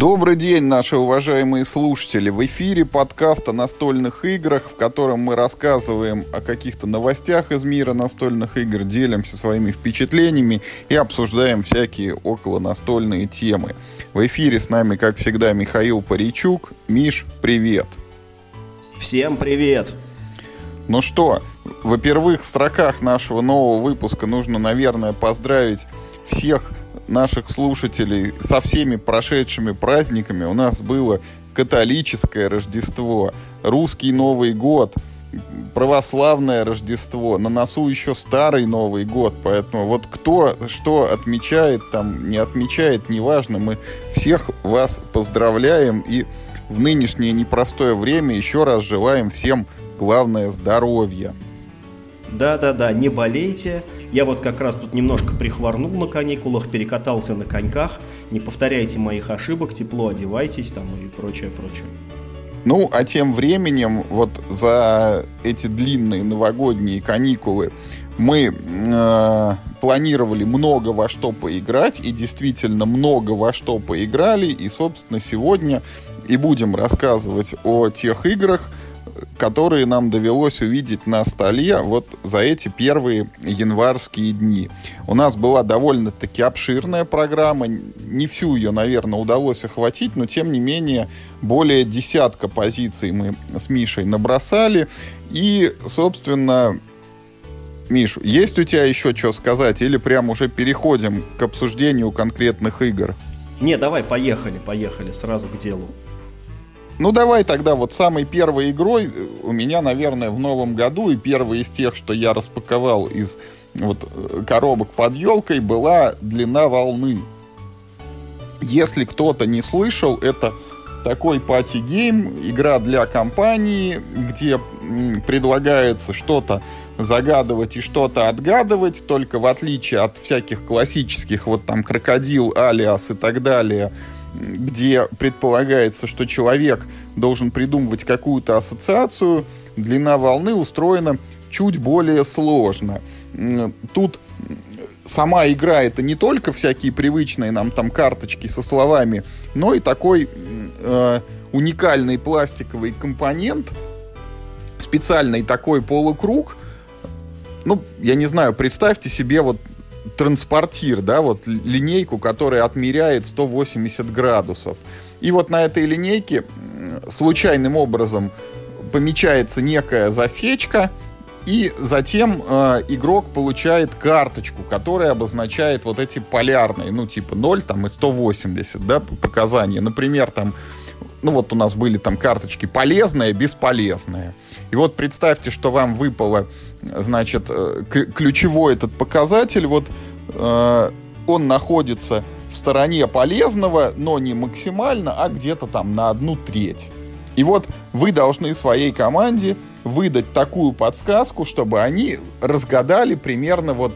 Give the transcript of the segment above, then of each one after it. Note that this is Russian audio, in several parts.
Добрый день, наши уважаемые слушатели! В эфире подкаст о настольных играх, в котором мы рассказываем о каких-то новостях из мира настольных игр, делимся своими впечатлениями и обсуждаем всякие околонастольные темы. В эфире с нами, как всегда, Михаил Паричук. Миш, привет! Всем привет! Ну что, в первых строках нашего нового выпуска нужно, наверное, поздравить всех наших слушателей со всеми прошедшими праздниками. У нас было католическое Рождество, русский Новый год, православное Рождество, на носу еще старый Новый год, поэтому вот кто что отмечает, там не отмечает, неважно, мы всех вас поздравляем и в нынешнее непростое время еще раз желаем всем, главное, здоровья. Да-да-да, не болейте. Я вот как раз тут немножко прихворнул на каникулах, перекатался на коньках. Не повторяйте моих ошибок, тепло одевайтесь там и прочее. Ну, а тем временем, вот за эти длинные новогодние каникулы мы планировали много во что поиграть, и действительно много во что поиграли. И, собственно, сегодня и будем рассказывать о тех играх, которые нам довелось увидеть на столе вот за эти первые январские дни. У нас была довольно-таки обширная программа, не всю ее, наверное, удалось охватить, но тем не менее более десятка позиций мы с Мишей набросали. И, собственно, Миш, есть у тебя еще что сказать или прям уже переходим к обсуждению конкретных игр? Не, давай, поехали, сразу к делу. Ну, давай тогда вот самой первой игрой у меня, наверное, в новом году, и первой из тех, что я распаковал из вот коробок под елкой, была «Длина волны». Если кто-то не слышал, это такой пати-гейм, игра для компании, где предлагается что-то загадывать и что-то отгадывать, только в отличие от всяких классических, вот там «Крокодил», «Алиас» и так далее, где предполагается, что человек должен придумывать какую-то ассоциацию, «Длина волны» устроена чуть более сложно. Тут сама игра — это не только всякие привычные нам там карточки со словами, но и такой уникальный пластиковый компонент, специальный такой полукруг. Ну, я не знаю, представьте себе вот транспортир, да, вот линейку, которая отмеряет 180 градусов. И вот на этой линейке случайным образом помечается некая засечка, и затем игрок получает карточку, которая обозначает вот эти полярные, ну, типа 0 там, и 180, да, показания. Например, там, ну, вот у нас были там карточки полезная, бесполезная. И вот представьте, что вам выпало, значит, ключевой этот показатель, вот он находится в стороне полезного, но не максимально, а где-то там на 1/3. И вот вы должны своей команде выдать такую подсказку, чтобы они разгадали примерно вот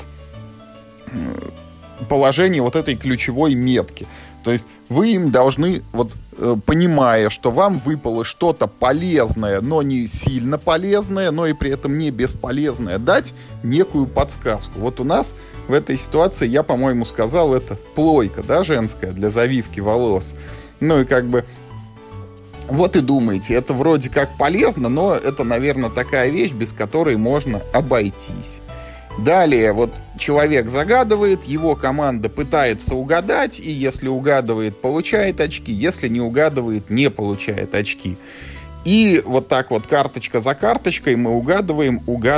положение вот этой ключевой метки. То есть вы им должны, вот, понимая, что вам выпало что-то полезное, но не сильно полезное, но и при этом не бесполезное, дать некую подсказку. Вот у нас в этой ситуации, я, по-моему, сказал, это плойка, да, женская, для завивки волос. Ну и как бы вот и думаете, это вроде как полезно, но это, наверное, такая вещь, без которой можно обойтись. Далее вот человек загадывает, его команда пытается угадать, и если угадывает, получает очки, если не угадывает, не получает очки. И вот так вот карточка за карточкой мы угадываем.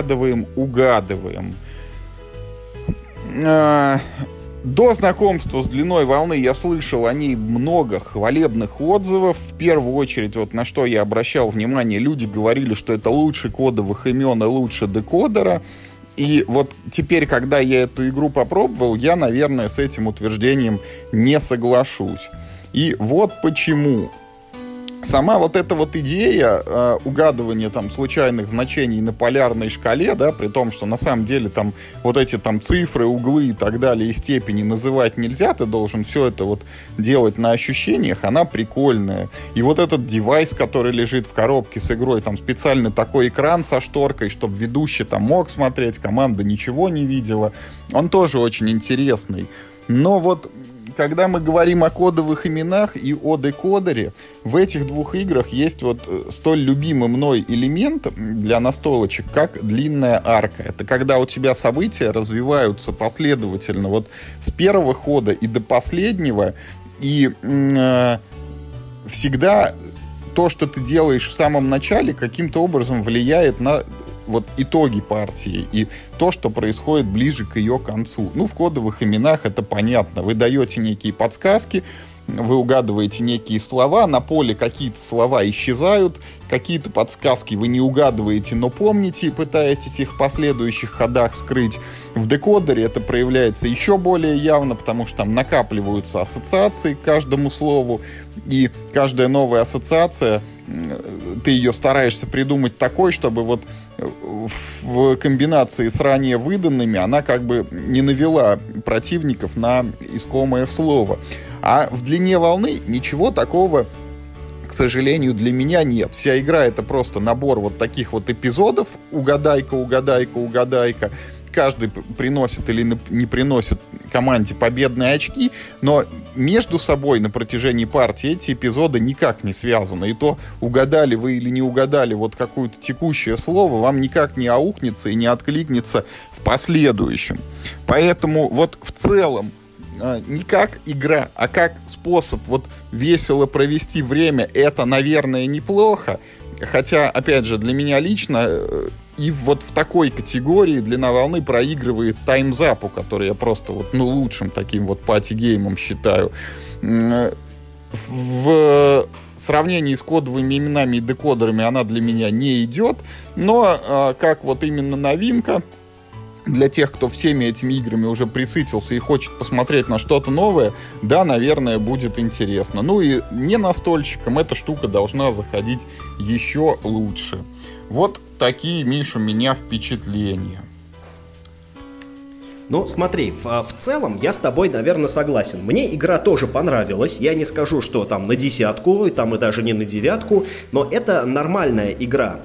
До знакомства с «Длиной волны» я слышал о ней много хвалебных отзывов. В первую очередь, вот на что я обращал внимание, люди говорили, что это лучше кодовых имен и лучше декодера. И вот теперь, когда я эту игру попробовал, я, наверное, с этим утверждением не соглашусь. И вот почему. Сама вот эта вот идея угадывания там случайных значений на полярной шкале, да, при том, что на самом деле там вот эти там цифры, углы и так далее, и степени называть нельзя, ты должен все это вот делать на ощущениях, она прикольная. И вот этот девайс, который лежит в коробке с игрой, там специально такой экран со шторкой, чтобы ведущий там мог смотреть, команда ничего не видела, он тоже очень интересный. Но вот когда мы говорим о кодовых именах и о декодере, в этих двух играх есть вот столь любимый мной элемент для настолочек, как длинная арка. Это когда у тебя события развиваются последовательно вот с первого хода и до последнего, и всегда то, что ты делаешь в самом начале, каким-то образом влияет на вот итоги партии и то, что происходит ближе к ее концу. Ну, в кодовых именах это понятно. Вы даете некие подсказки, вы угадываете некие слова, на поле какие-то слова исчезают, какие-то подсказки вы не угадываете, но помните и пытаетесь их в последующих ходах вскрыть. В декодере это проявляется еще более явно, потому что там накапливаются ассоциации к каждому слову, и каждая новая ассоциация, ты ее стараешься придумать такой, чтобы вот в комбинации с ранее выданными она как бы не навела противников на искомое слово. А в длине волны ничего такого, к сожалению, для меня нет. Вся игра — это просто набор вот таких вот эпизодов. Угадайка, угадайка, угадайка. Каждый приносит или не приносит команде победные очки, но между собой на протяжении партии эти эпизоды никак не связаны. И то, угадали вы или не угадали вот какое-то текущее слово, вам никак не аукнется и не откликнется в последующем. Поэтому вот в целом не как игра, а как способ вот весело провести время, это, наверное, неплохо. Хотя, опять же, для меня лично и вот в такой категории длина волны проигрывает таймзапу, который я просто вот, лучшим таким вот пати-геймом считаю. В сравнении с кодовыми именами и декодерами она для меня не идет, но как вот именно новинка, для тех, кто всеми этими играми уже присытился и хочет посмотреть на что-то новое, да, наверное, будет интересно. Ну и не настольщикам эта штука должна заходить еще лучше. Вот такие, Миш, у меня впечатления. Ну, смотри, в целом я с тобой, наверное, согласен. Мне игра тоже понравилась. Я не скажу, что там на 10, там и даже не на 9, но это нормальная игра.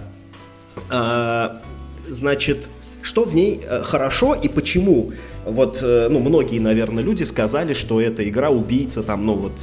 Значит, что в ней хорошо и почему? Вот, многие, наверное, люди сказали, что эта игра убийца там,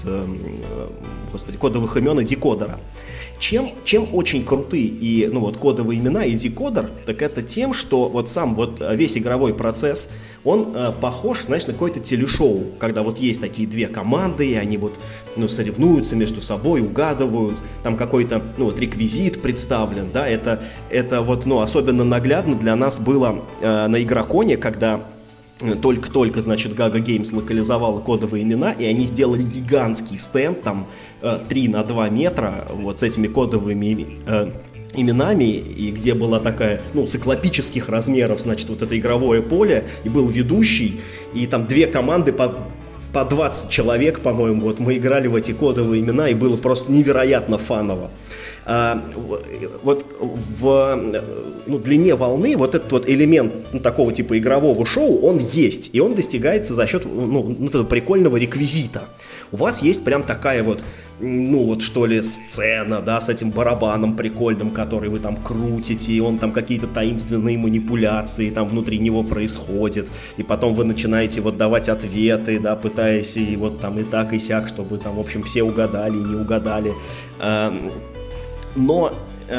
кодовых имен и декодера. Чем очень круты и, кодовые имена и декодер, так это тем, что вот сам вот весь игровой процесс, он похож, знаешь, на какое-то телешоу, когда вот есть такие две команды, и они вот, соревнуются между собой, угадывают, там какой-то, реквизит представлен, да, это вот, особенно наглядно для нас было на Игроконе, когда только-только, значит, Gaga Games локализовала кодовые имена, и они сделали гигантский стенд, там, 3 на 2 метра, вот с этими кодовыми именами, и где была такая, циклопических размеров, значит, вот это игровое поле, и был ведущий, и там две команды по 20 человек, по-моему, вот мы играли в эти кодовые имена, и было просто невероятно фаново. Вот в длине волны вот этот вот элемент такого типа игрового шоу, он есть, и он достигается за счет этого прикольного реквизита. У вас есть прям такая вот, что ли, сцена, да, с этим барабаном прикольным, который вы там крутите, и он там какие-то таинственные манипуляции там внутри него происходят, и потом вы начинаете вот давать ответы, да, пытаясь и вот там и так, и сяк, чтобы там, в общем, все угадали и не угадали. Но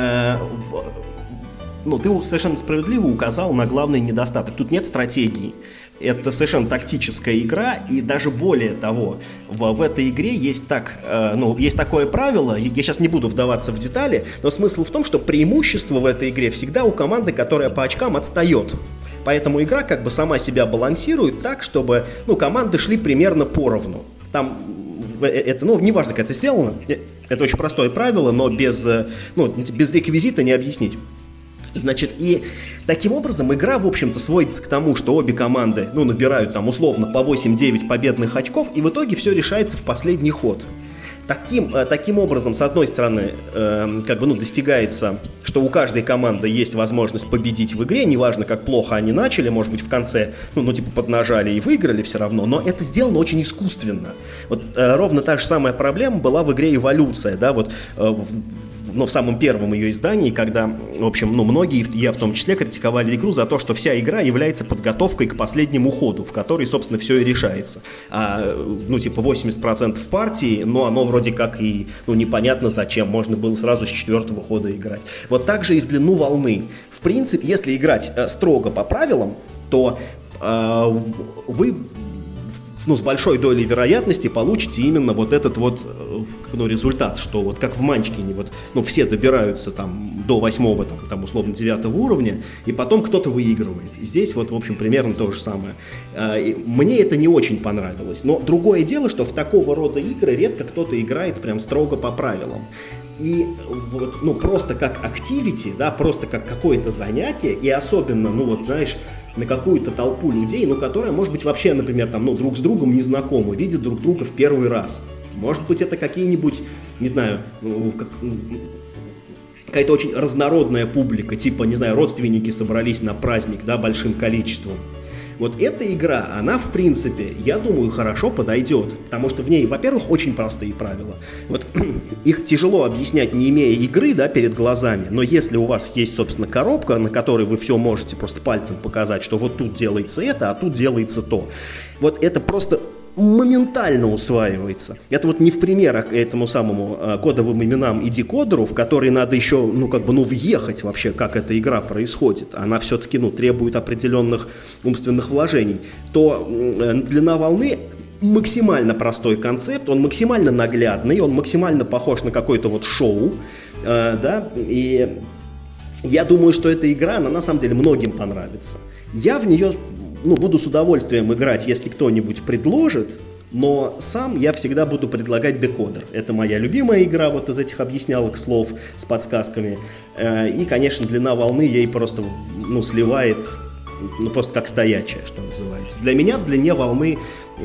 ты совершенно справедливо указал на главный недостаток. Тут нет стратегии. Это совершенно тактическая игра, и даже более того, в этой игре есть есть такое правило, я сейчас не буду вдаваться в детали, но смысл в том, что преимущество в этой игре всегда у команды, которая по очкам отстает. Поэтому игра как бы сама себя балансирует так, чтобы команды шли примерно поровну. Там это, неважно, как это сделано, это очень простое правило, но без реквизита не объяснить. Значит, и таким образом игра, в общем-то, сводится к тому, что обе команды, набирают там условно по 8-9 победных очков, и в итоге все решается в последний ход. Таким образом, с одной стороны, достигается, что у каждой команды есть возможность победить в игре, неважно, как плохо они начали, может быть, в конце, поднажали и выиграли все равно, но это сделано очень искусственно. Вот ровно та же самая проблема была в игре «Эволюция», да, вот в самом первом ее издании, когда, в общем, многие, я в том числе, критиковали игру за то, что вся игра является подготовкой к последнему ходу, в которой, собственно, все и решается. 80% партии, но оно вроде как и, непонятно зачем, можно было сразу с 4-го хода играть. Вот так же и в длину волны. В принципе, если играть строго по правилам, то вы с большой долей вероятности получите именно вот этот вот результат, что вот как в Манчкине, все добираются там до 8-го, там условно 9-го уровня, и потом кто-то выигрывает. Здесь в общем, примерно то же самое. Мне это не очень понравилось, но другое дело, что в такого рода игры редко кто-то играет прям строго по правилам. И просто как activity, да, просто как какое-то занятие, и особенно, на какую-то толпу людей, которая, может быть, вообще, например, друг с другом не знакомы, видят друг друга в первый раз. Может быть, это какие-нибудь, не знаю, какая-то очень разнородная публика, типа, не знаю, родственники собрались на праздник, да, большим количеством. Вот эта игра, она, в принципе, я думаю, хорошо подойдет, потому что в ней, во-первых, очень простые правила. Их тяжело объяснять, не имея игры, да, перед глазами, но если у вас есть, собственно, коробка, на которой вы все можете просто пальцем показать, что вот тут делается это, а тут делается то. Вот это просто моментально усваивается. Это не в примерах к этому самому кодовым именам и декодеру, в который надо еще, въехать вообще, как эта игра происходит. Она все-таки, требует определенных умственных вложений. То длина волны максимально простой концепт, он максимально наглядный, он максимально похож на какое-то шоу, да, и я думаю, что эта игра, она на самом деле многим понравится. Я в нее буду с удовольствием играть, если кто-нибудь предложит, но сам я всегда буду предлагать декодер. Это моя любимая игра из этих объяснялок слов с подсказками. И, конечно, длина волны ей просто сливает, просто как стоячая, что называется. Для меня в длине волны,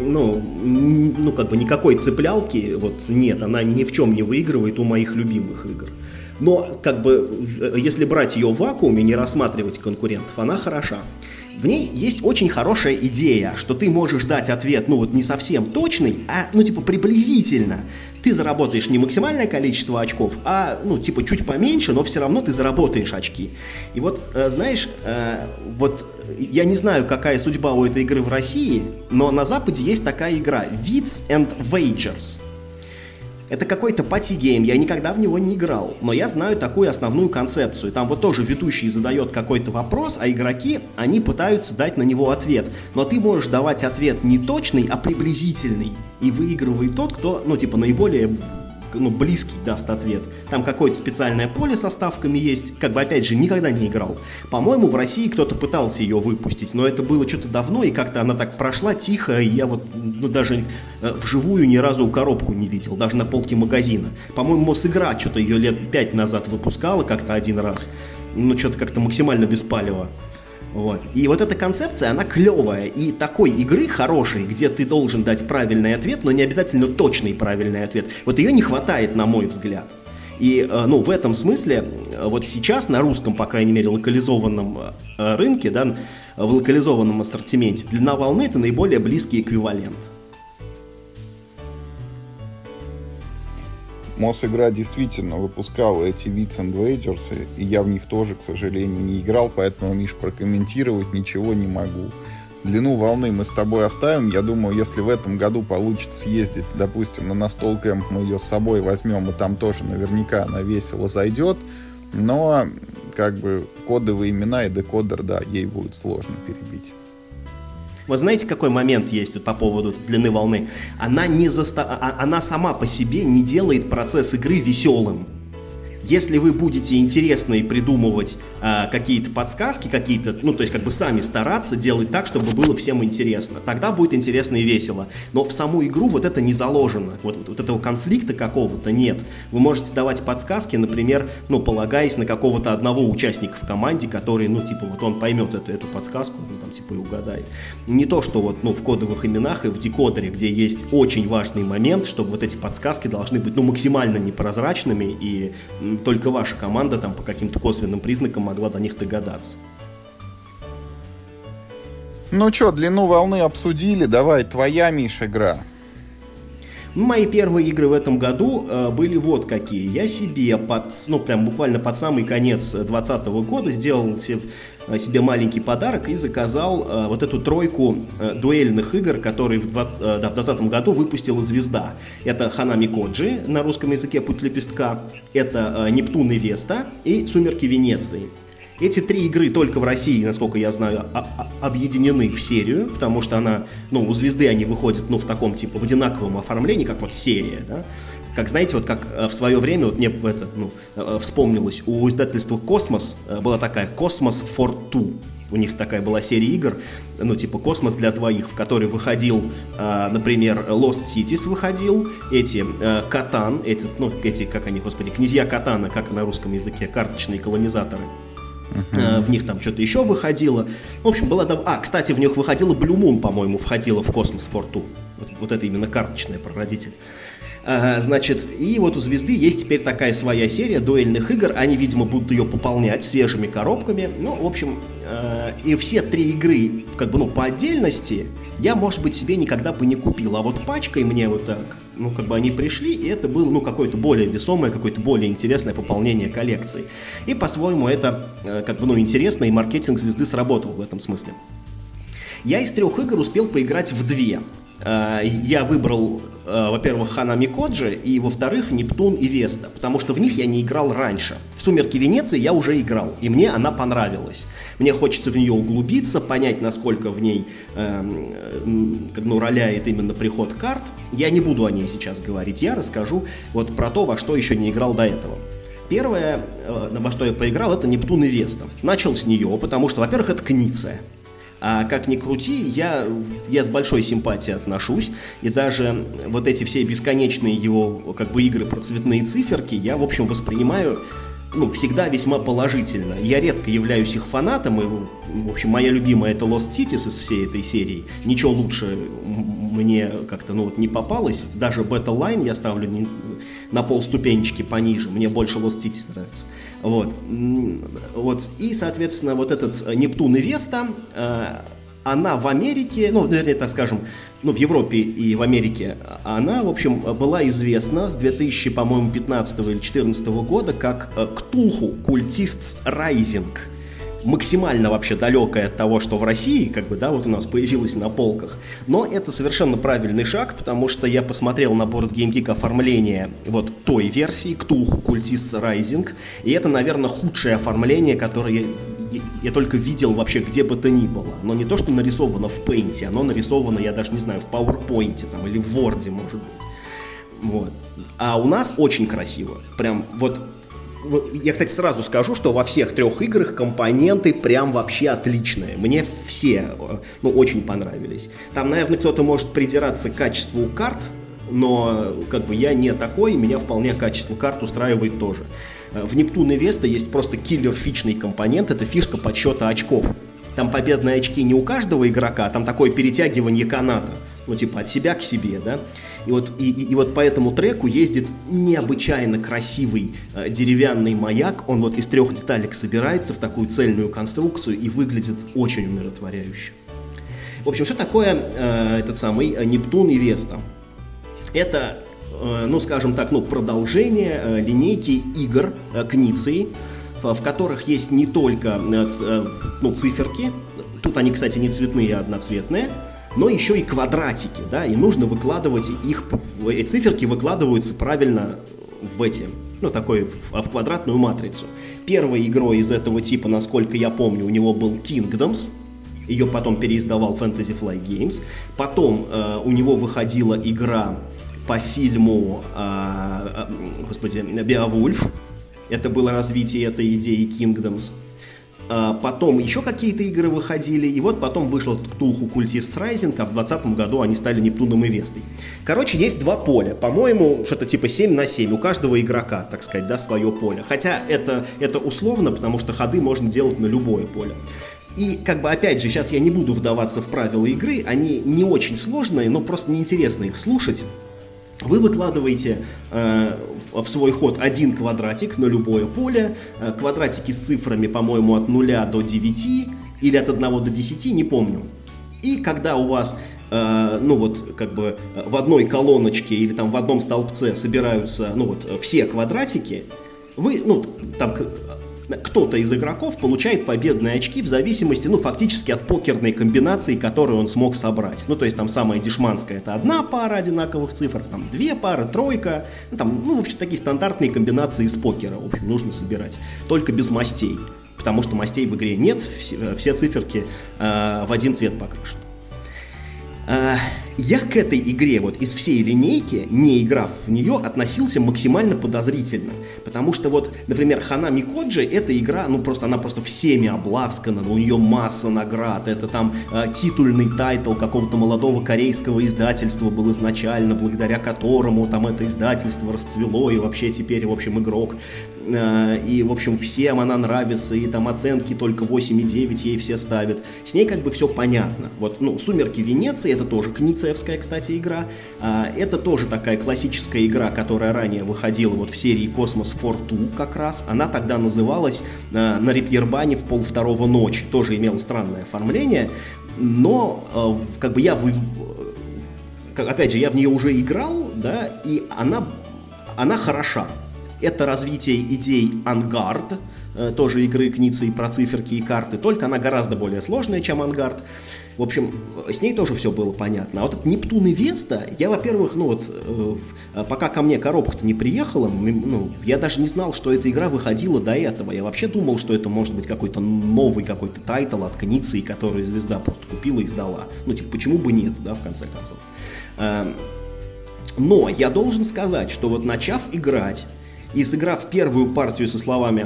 никакой цеплялки нет, она ни в чем не выигрывает у моих любимых игр. Но, если брать ее в вакууме, не рассматривать конкурентов, она хороша. В ней есть очень хорошая идея, что ты можешь дать ответ, не совсем точный, а, приблизительно. Ты заработаешь не максимальное количество очков, а, чуть поменьше, но все равно ты заработаешь очки. И знаешь, я не знаю, какая судьба у этой игры в России, но на Западе есть такая игра Wits and Wagers. Это какой-то пати-гейм, я никогда в него не играл, но я знаю такую основную концепцию. Там тоже ведущий задает какой-то вопрос, а игроки, они пытаются дать на него ответ. Но ты можешь давать ответ не точный, а приблизительный. И выигрывает тот, кто, наиболее близкий даст ответ. Там какое-то специальное поле со ставками есть, опять же, никогда не играл. По-моему, в России кто-то пытался ее выпустить, но это было что-то давно, и как-то она так прошла тихо, и я даже вживую ни разу коробку не видел, даже на полке магазина. По-моему, Мосигра что-то ее лет 5 назад выпускала как-то один раз, что-то как-то максимально беспалево. И эта концепция, она клевая, и такой игры хорошей, где ты должен дать правильный ответ, но не обязательно точный правильный ответ, ее не хватает, на мой взгляд. И, в этом смысле, сейчас на русском, по крайней мере, локализованном рынке, да, в локализованном ассортименте, длина волны — это наиболее близкий эквивалент. Мосигра действительно выпускала эти Wits and Wagers, и я в них тоже, к сожалению, не играл, поэтому, Миш, прокомментировать ничего не могу. Длину волны мы с тобой оставим. Я думаю, если в этом году получится съездить, допустим, на Настолкэмп, мы ее с собой возьмем, и там тоже наверняка она весело зайдет. Но, кодовые имена и декодер, да, ей будет сложно перебить. Знаете, какой момент есть по поводу длины волны? Она сама по себе не делает процесс игры веселым. Если вы будете интересно и придумывать какие-то подсказки, сами стараться делать так, чтобы было всем интересно, тогда будет интересно и весело. Но в саму игру это не заложено. Этого конфликта какого-то нет. Вы можете давать подсказки, например, полагаясь на какого-то одного участника в команде, который, он поймет эту подсказку, и угадает. Не то, что в кодовых именах и в декодере, где есть очень важный момент, чтобы эти подсказки должны быть, максимально непрозрачными, и только ваша команда по каким-то косвенным признакам могла до них догадаться. Длину волны обсудили, давай, твоя, Миш, игра. Мои первые игры в этом году были вот какие. Я себе прям буквально под самый конец 2020 года сделал себе маленький подарок и заказал вот эту тройку дуэльных игр, которые в 2020 году выпустила «Звезда». Это «Ханами Коджи», на русском языке «Путь лепестка», это «Нептун и Веста» и «Сумерки Венеции». Эти 3 игры только в России, насколько я знаю, объединены в серию, потому что у «Звезды» они выходят, в таком, типа, в одинаковом оформлении, как вот серия, да. Как, знаете, вот как в свое время, вот мне вспомнилось, у издательства «Космос» была такая «Космос for Two». У них такая была серия игр, типа «Космос для двоих», в которой выходил, например, Lost Cities выходил, Катан, как они, господи, князья Катана, как на русском языке, карточные колонизаторы. В них там что-то еще выходило. В общем, кстати, в них выходила Blue Moon, по-моему, входила в Cosmos for Two. Вот это именно карточная прародитель. Значит, и вот у «Звезды» есть теперь такая своя серия дуэльных игр. Они, видимо, будут ее пополнять свежими коробками. В общем, и все 3 игры, по отдельности, я, может быть, себе никогда бы не купил. А вот пачкой мне вот так, они пришли, и это было, какое-то более весомое, какое-то более интересное пополнение коллекции. И, по-своему, это, интересно, и маркетинг «Звезды» сработал в этом смысле. Я из 3 игр успел поиграть в 2. Я выбрал, во-первых, «Ханами Коджи», и, во-вторых, «Нептун» и «Веста», потому что в них я не играл раньше. В «Сумерки Венеции» я уже играл, и мне она понравилась. Мне хочется в нее углубиться, понять, насколько в ней роляет именно приход карт. Я не буду о ней сейчас говорить, я расскажу вот про то, во что еще не играл до этого. Первое, во что я поиграл, это «Нептун» и «Веста». Начал с нее, потому что, во-первых, это Книция. А как ни крути, я с большой симпатией отношусь, и даже вот эти все бесконечные его игры про цветные циферки я, в общем, воспринимаю всегда весьма положительно. Я редко являюсь их фанатом, и, в общем, моя любимая — это Lost Cities из всей этой серии. Ничего лучше мне как-то не попалось. Даже Battle Line я ставлю на полступенечки пониже. Мне больше Lost Cities нравится. Вот. И, соответственно, вот этот «Нептун» и «Веста», она в Америке, вернее, так скажем, в Европе и в Америке, она, в общем, была известна с 2015 или 2014 года как Cthulhu Cultists Rising. Максимально вообще далекая от того, что в России, вот у нас появилось на полках. Но это совершенно правильный шаг, потому что я посмотрел на Board Game Geek оформление вот той версии Cthulhu Cultists Rising, и это, наверное, худшее оформление, которое я только видел вообще где бы то ни было. Оно не то, что нарисовано в Paint, оно нарисовано, я даже не знаю, в PowerPoint там, или в Word, может быть. Вот. А у нас очень красиво. Прям вот. Я, кстати, сразу скажу, что во всех 3 играх компоненты прям вообще отличные. Мне все, очень понравились. Там, наверное, кто-то может придираться к качеству карт, но я не такой, меня вполне качество карт устраивает тоже. В «Нептун» и «Веста» есть просто киллер-фичный компонент, это фишка подсчета очков. Там победные очки не у каждого игрока, там такое перетягивание каната, от себя к себе, да. И вот по этому треку ездит необычайно красивый деревянный маяк, он из 3 деталек собирается в такую цельную конструкцию и выглядит очень умиротворяюще. В общем, что такое этот самый «Нептун» и «Веста»? Это, скажем так, продолжение линейки игр Книции, в которых есть не только циферки, тут они, кстати, не цветные, а одноцветные, но еще и квадратики, да, и нужно выкладывать их, циферки выкладываются правильно в квадратную матрицу. Первой игрой из этого типа, насколько я помню, у него был Kingdoms, ее потом переиздавал Fantasy Flight Games, потом у него выходила игра по фильму, Beowulf, это было развитие этой идеи Kingdoms. Потом еще какие-то игры выходили, и вот потом вышел Cthulhu Cultists Rising, а в 2020 году они стали «Нептуном» и «Вестой». Короче, есть 2 поля, по-моему, что-то типа 7/7, у каждого игрока, так сказать, да, свое поле. Хотя это условно, потому что ходы можно делать на любое поле. И, опять же, сейчас я не буду вдаваться в правила игры, они не очень сложные, но просто неинтересно их слушать. Вы выкладываете в свой ход 1 квадратик на любое поле, квадратики с цифрами, по-моему, от 0 до 9 или от 1 до 10, не помню. И когда у вас ну вот как бы в одной колоночке или там в одном столбце собираются, ну вот все квадратики, вы, ну там кто-то из игроков получает победные очки в зависимости, ну фактически от покерной комбинации, которую он смог собрать. Ну то есть там самая дешманская — это одна пара одинаковых цифр, там две пары, тройка, ну, там, ну в общем такие стандартные комбинации из покера, в общем, нужно собирать, только без мастей, потому что мастей в игре нет, все циферки в один цвет покрашены. Я к этой игре, вот из всей линейки, не играв в нее, относился максимально подозрительно. Потому что вот, например, Ханами Коджи — эта игра, ну просто она просто всеми обласкана, у нее масса наград, это там титульный тайтл какого-то молодого корейского издательства был изначально, благодаря которому там это издательство расцвело, и вообще теперь, в общем, игрок. И, в общем, всем она нравится, и там оценки только 8,9 ей все ставят. С ней как бы все понятно. Вот, ну, «Сумерки Венеции» — это тоже кницеевская, кстати, игра. Это тоже такая классическая игра, которая ранее выходила вот в серии «Космос for Two» как раз. Она тогда называлась «На Репьербане в 1:30 ночи». Тоже имела странное оформление, но как бы опять же, я в нее уже играл, да, и она хороша. Это развитие идей «Ангард», тоже игры Кницы про циферки и карты, только она гораздо более сложная, чем «Ангард». В общем, с ней тоже все было понятно. А вот этот «Нептун и Веста», я, во-первых, ну вот, пока ко мне коробка-то не приехала, ну, я даже не знал, что эта игра выходила до этого. Я вообще думал, что это может быть какой-то новый какой-то тайтл от Кницы, который «Звезда» просто купила и сдала. Ну, типа, почему бы нет, да, в конце концов. Но я должен сказать, что вот начав играть, и сыграв первую партию со словами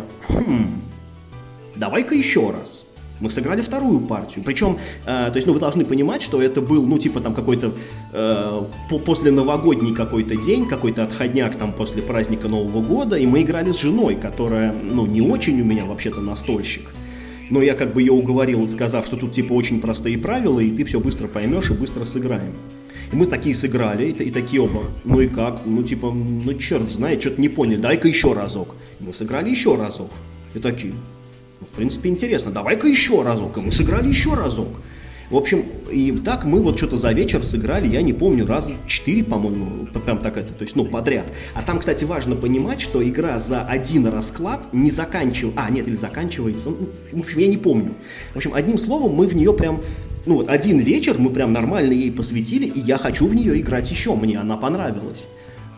«давай-ка еще раз», мы сыграли вторую партию. Причем, то есть, ну, вы должны понимать, что это был, ну, типа, там, какой-то после новогодний какой-то день, какой-то отходняк там после праздника Нового года, и мы играли с женой, которая, ну, не очень у меня вообще-то настольщик. Но я как бы ее уговорил, сказав, что тут, типа, очень простые правила, и ты все быстро поймешь и быстро сыграем. И мы такие сыграли, и такие оба, ну и как, ну типа, ну черт знает, что-то не поняли, дай-ка еще разок. И мы сыграли еще разок. И такие, ну, в принципе, интересно, давай-ка еще разок. И мы сыграли еще разок. В общем, и так мы вот что-то за вечер сыграли, я не помню, раз 4, по-моему, прям так это, то есть, ну, подряд. А там, кстати, важно понимать, что игра за один расклад не заканчивается, или заканчивается, ну, в общем, я не помню. В общем, одним словом, мы в нее прям... Ну вот, один вечер мы прям нормально ей посвятили, и я хочу в нее играть еще, мне она понравилась.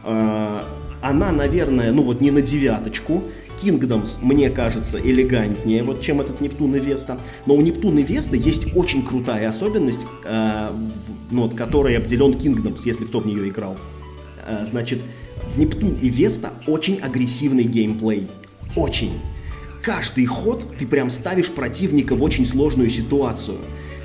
Она, наверное, ну вот не на 9. Kingdoms, мне кажется, элегантнее, вот, чем этот Нептун и Веста. Но у Нептун и Веста есть очень крутая особенность, ну, вот, которой обделен Kingdoms, если кто в нее играл. Значит, в Нептун и Веста очень агрессивный геймплей. Очень. Каждый ход ты прям ставишь противника в очень сложную ситуацию.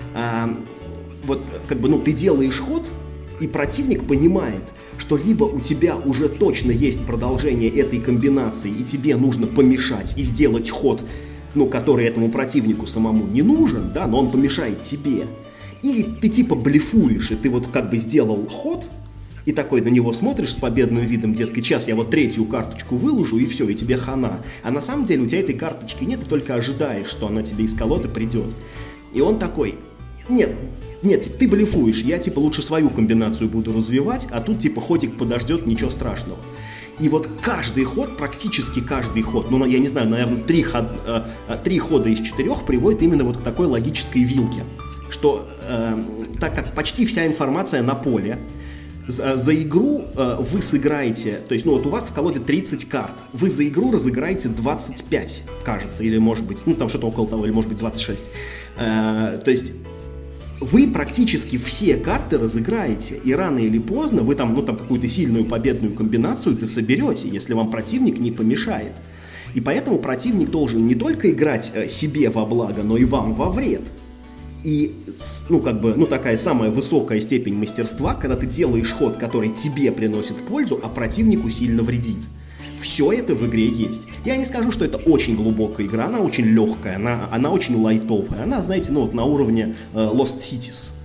Вот, как бы, ну, ты делаешь ход, и противник понимает, что либо у тебя уже точно есть продолжение этой комбинации, и тебе нужно помешать и сделать ход, ну, который этому противнику самому не нужен, да, но он помешает тебе. Или ты типа блефуешь, и ты вот как бы сделал ход, и такой на него смотришь с победным видом, дескать, сейчас я вот 3-ю карточку выложу, и все, и тебе хана. А на самом деле у тебя этой карточки нет, ты только ожидаешь, что она тебе из колоды придет. И он такой... Нет, ты блефуешь, я типа лучше свою комбинацию буду развивать, а тут типа ходик подождет, ничего страшного. И вот каждый ход, практически каждый ход, ну я не знаю, наверное, 3 хода из 4 приводит именно вот к такой логической вилке, что так как почти вся информация на поле, за игру вы сыграете, то есть, ну вот у вас в колоде 30 карт, вы за игру разыграете 25, кажется, или может быть, ну там что-то около того, или может быть 26. То есть вы практически все карты разыграете, и рано или поздно вы там, ну там какую-то сильную победную комбинацию-то соберете, если вам противник не помешает. И поэтому противник должен не только играть себе во благо, но и вам во вред. И, ну, как бы, ну, такая самая высокая степень мастерства, когда ты делаешь ход, который тебе приносит пользу, а противнику сильно вредит. Все это в игре есть. Я не скажу, что это очень глубокая игра, она очень легкая, она очень лайтовая. Она, знаете, ну, вот на уровне Lost Cities.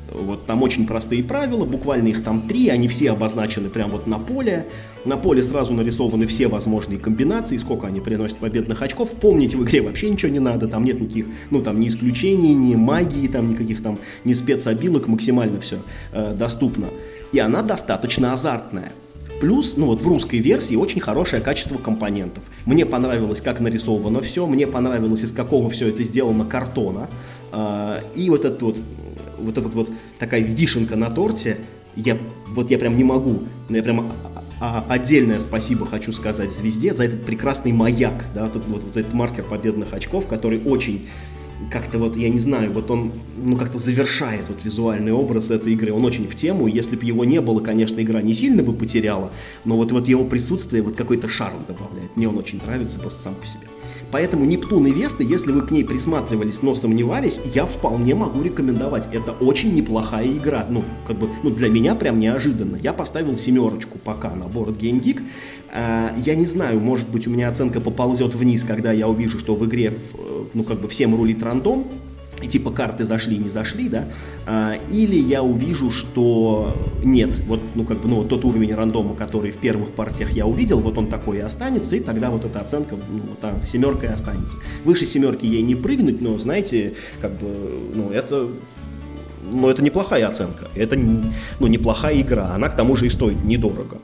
Вот там очень простые правила, буквально их там 3, они все обозначены прямо вот на поле. На поле сразу нарисованы все возможные комбинации, сколько они приносят победных очков. Помнить в игре вообще ничего не надо, там нет никаких, ну там ни исключений, ни магии, там никаких там, ни спецобилок, максимально все доступно. И она достаточно азартная. Плюс, ну вот в русской версии очень хорошее качество компонентов. Мне понравилось, как нарисовано все, мне понравилось, из какого все это сделано картона. И вот этот вот такая вишенка на торте, я прям не могу, я прям отдельное спасибо хочу сказать звезде за этот прекрасный маяк, да, вот этот маркер победных очков, который очень как-то вот, я не знаю, вот он, ну, как-то завершает вот визуальный образ этой игры, он очень в тему, если бы его не было, конечно, игра не сильно бы потеряла, но вот его присутствие вот какой-то шарм добавляет, мне он очень нравится просто сам по себе. Поэтому Нептун и Веста, если вы к ней присматривались, но сомневались, я вполне могу рекомендовать, это очень неплохая игра, ну, как бы, ну, для меня прям неожиданно, я поставил 7 пока на Board Game Geek. Я не знаю, может быть, у меня оценка поползет вниз, когда я увижу, что в игре, ну, как бы всем рулит рандом, и типа карты зашли, не зашли, да, или я увижу, что нет, вот, ну, как бы, ну, вот тот уровень рандома, который в первых партиях я увидел, вот он такой и останется, и тогда вот эта оценка, ну, вот 7 и останется. Выше 7 ей не прыгнуть, но, знаете, как бы, ну, это неплохая оценка, это, ну, неплохая игра, она к тому же и стоит недорого.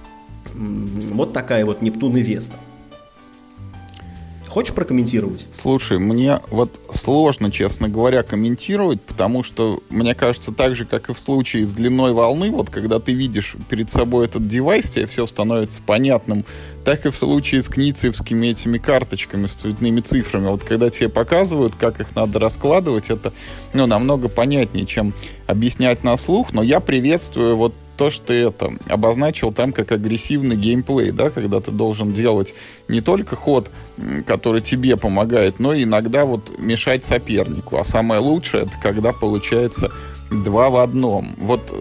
Вот такая вот Нептун и Веста. Хочешь прокомментировать? Слушай, мне вот сложно, честно говоря, комментировать, потому что, мне кажется, так же, как и в случае с длиной волны, вот когда ты видишь перед собой этот девайс, тебе все становится понятным, так и в случае с кницевскими этими карточками с цветными цифрами. Вот когда тебе показывают, как их надо раскладывать, это, ну, намного понятнее, чем объяснять на слух, но я приветствую вот то, что ты обозначил там как агрессивный геймплей, да, когда ты должен делать не только ход, который тебе помогает, но и иногда вот мешать сопернику. А самое лучшее, это когда получается 2 в 1. Вот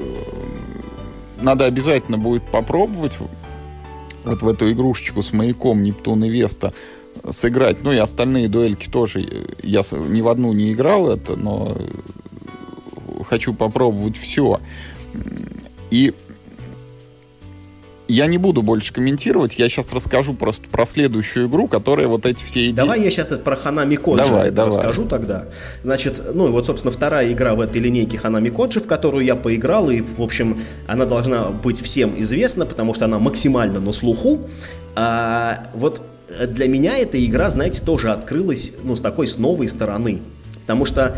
надо обязательно будет попробовать вот в эту игрушечку с маяком Нептун и Веста сыграть. Ну и остальные дуэльки тоже. Я ни в одну не играл это, но хочу попробовать все. И я не буду больше комментировать, я сейчас расскажу просто про следующую игру, которая вот эти все идеи... Давай я сейчас про Ханами Коджи расскажу тогда. Значит, ну и вот, собственно, вторая игра в этой линейке Ханами Коджи, в которую я поиграл, и, в общем, она должна быть всем известна, потому что она максимально на слуху. Вот для меня эта игра, знаете, тоже открылась, ну, с новой стороны. Потому что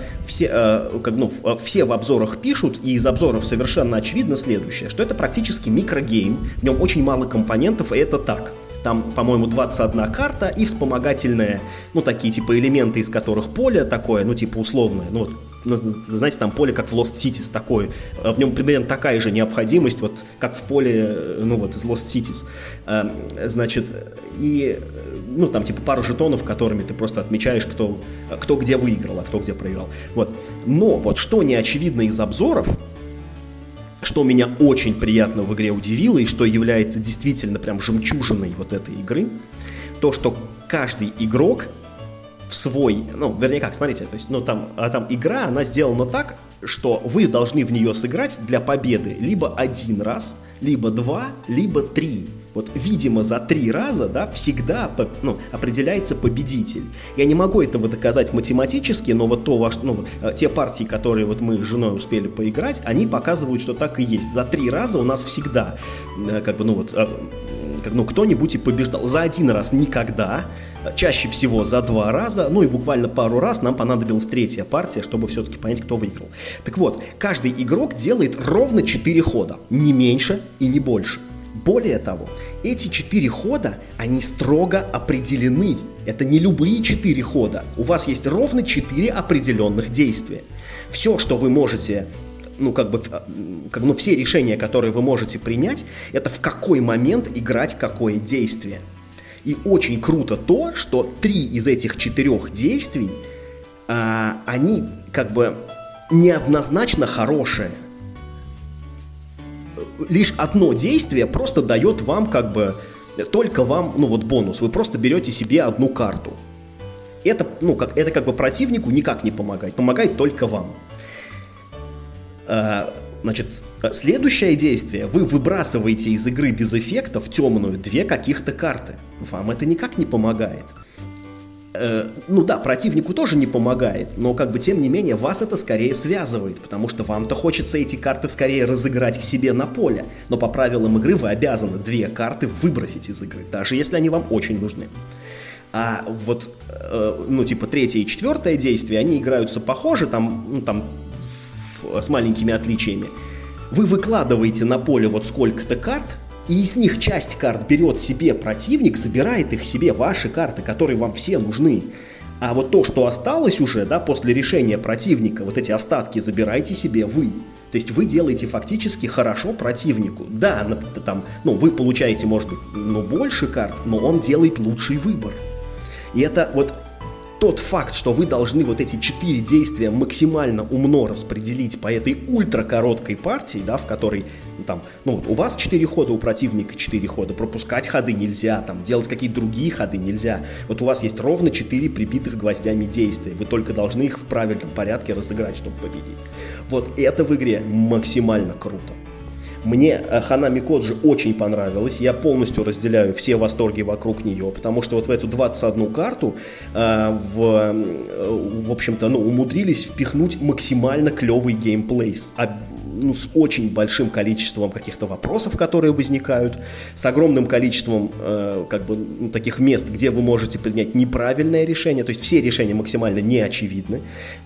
все в обзорах пишут, и из обзоров совершенно очевидно следующее, что это практически микрогейм, в нем очень мало компонентов, и это так. Там, по-моему, 21 карта и вспомогательные, ну, такие типа элементы, из которых поле такое, ну, типа условное, ну, вот, знаете, там поле как в Lost Cities такое, в нем примерно такая же необходимость, вот, как в поле, ну, вот, из Lost Cities. Значит, и, ну, там, типа, пару жетонов, которыми ты просто отмечаешь, кто где выиграл, а кто где проиграл. Вот. Но вот что не очевидно из обзоров, что меня очень приятно в игре удивило и что является действительно прям жемчужиной вот этой игры, то, что каждый игрок в свой, ну, вернее как, смотрите, то есть, ну, там игра, она сделана так, что вы должны в нее сыграть для победы либо 1 раз, либо 2, либо 3. Вот, видимо, за 3 раза, да, всегда, ну, определяется победитель. Я не могу этого доказать математически, но вот те партии, которые вот мы с женой успели поиграть, они показывают, что так и есть. За 3 раза у нас всегда, кто-нибудь и побеждал. За 1 раз никогда, чаще всего за 2 раза, ну и буквально пару раз нам понадобилась 3-я партия, чтобы все-таки понять, кто выиграл. Так вот, каждый игрок делает ровно 4 хода, не меньше и не больше. Более того, эти 4 хода, они строго определены. Это не любые 4 хода. У вас есть ровно 4 определенных действия. Все, что вы можете, все решения, которые вы можете принять, это в какой момент играть какое действие. И очень круто то, что 3 из этих 4 действий, они как бы неоднозначно хорошие. Лишь одно действие просто дает вам только вам, бонус. Вы просто берете себе 1 карту. Это как бы противнику никак не помогает. Помогает только вам. Значит, следующее действие. Вы выбрасываете из игры без эффекта в темную 2 каких-то карты. Вам это никак не помогает. Ну да, противнику тоже не помогает, но как бы тем не менее вас это скорее связывает, потому что вам-то хочется эти карты скорее разыграть к себе на поле, но по правилам игры вы обязаны 2 карты выбросить из игры, даже если они вам очень нужны. А вот, ну типа 3-е и 4-е действия, они играются похоже, с маленькими отличиями. Вы выкладываете на поле вот сколько-то карт, и из них часть карт берет себе противник, собирает их себе, ваши карты, которые вам все нужны. А вот то, что осталось уже, да, после решения противника, вот эти остатки забираете себе вы. То есть вы делаете фактически хорошо противнику. Да, там, вы получаете, может быть, больше карт, но он делает лучший выбор. И это вот тот факт, что вы должны вот эти 4 действия максимально умно распределить по этой ультракороткой партии, да, в которой у вас 4 хода, у противника 4 хода, пропускать ходы нельзя, делать какие-то другие ходы нельзя. Вот у вас есть ровно 4 прибитых гвоздями действия, вы только должны их в правильном порядке разыграть, чтобы победить. Вот это в игре максимально круто. Мне Ханами Коджи очень понравилась, я полностью разделяю все восторги вокруг нее, потому что вот в эту 21 карту, в общем-то, умудрились впихнуть максимально клевый геймплей с очень большим количеством каких-то вопросов, которые возникают, с огромным количеством таких мест, где вы можете принять неправильное решение, то есть все решения максимально неочевидны,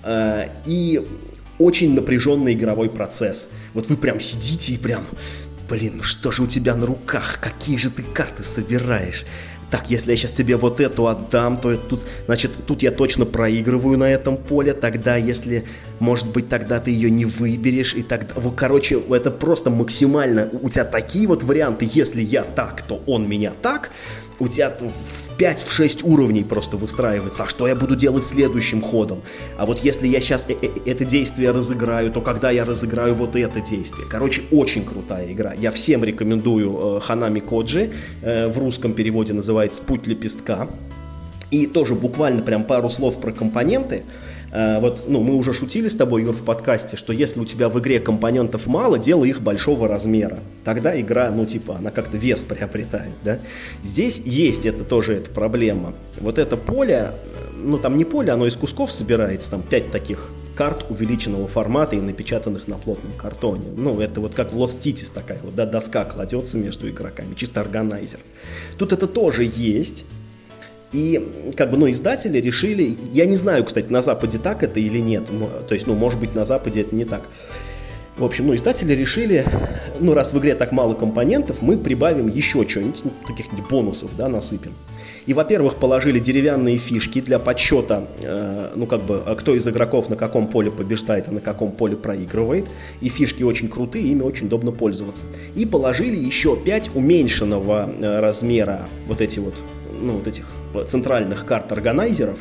и очень напряженный игровой процесс. Вот вы прям сидите и прям, что же у тебя на руках, какие же ты карты собираешь? Так, если я сейчас тебе вот эту отдам, то тут я точно проигрываю на этом поле, тогда если, может быть, тогда ты ее не выберешь, и тогда, короче, это просто максимально, у тебя такие вот варианты, если я так, то он меня так, у тебя в 5-6 уровней просто выстраивается, а что я буду делать следующим ходом? А вот если я сейчас это действие разыграю, то когда я разыграю вот это действие? Короче, очень крутая игра. Я всем рекомендую Ханами Коджи, в русском переводе называется «Путь лепестка». И тоже буквально прям пару слов про компоненты. Мы уже шутили с тобой, Юр, в подкасте, что если у тебя в игре компонентов мало, делай их большого размера. Тогда игра, она как-то вес приобретает, да. Здесь есть эта проблема. Вот это поле, там не поле, оно из кусков собирается, там 5 таких карт увеличенного формата и напечатанных на плотном картоне. Это вот как в Lost Cities такая вот, да, доска кладется между игроками, чисто органайзер. Тут это тоже есть. И издатели решили, я не знаю, кстати, на Западе так это или нет, то есть, может быть, на Западе это не так. В общем, издатели решили, раз в игре так мало компонентов, мы прибавим еще что-нибудь, каких-нибудь бонусов, да, насыпем. И, во-первых, положили деревянные фишки для подсчета, кто из игроков на каком поле побеждает, а на каком поле проигрывает. И фишки очень крутые, ими очень удобно пользоваться. И положили еще 5 уменьшенного размера этих центральных карт органайзеров,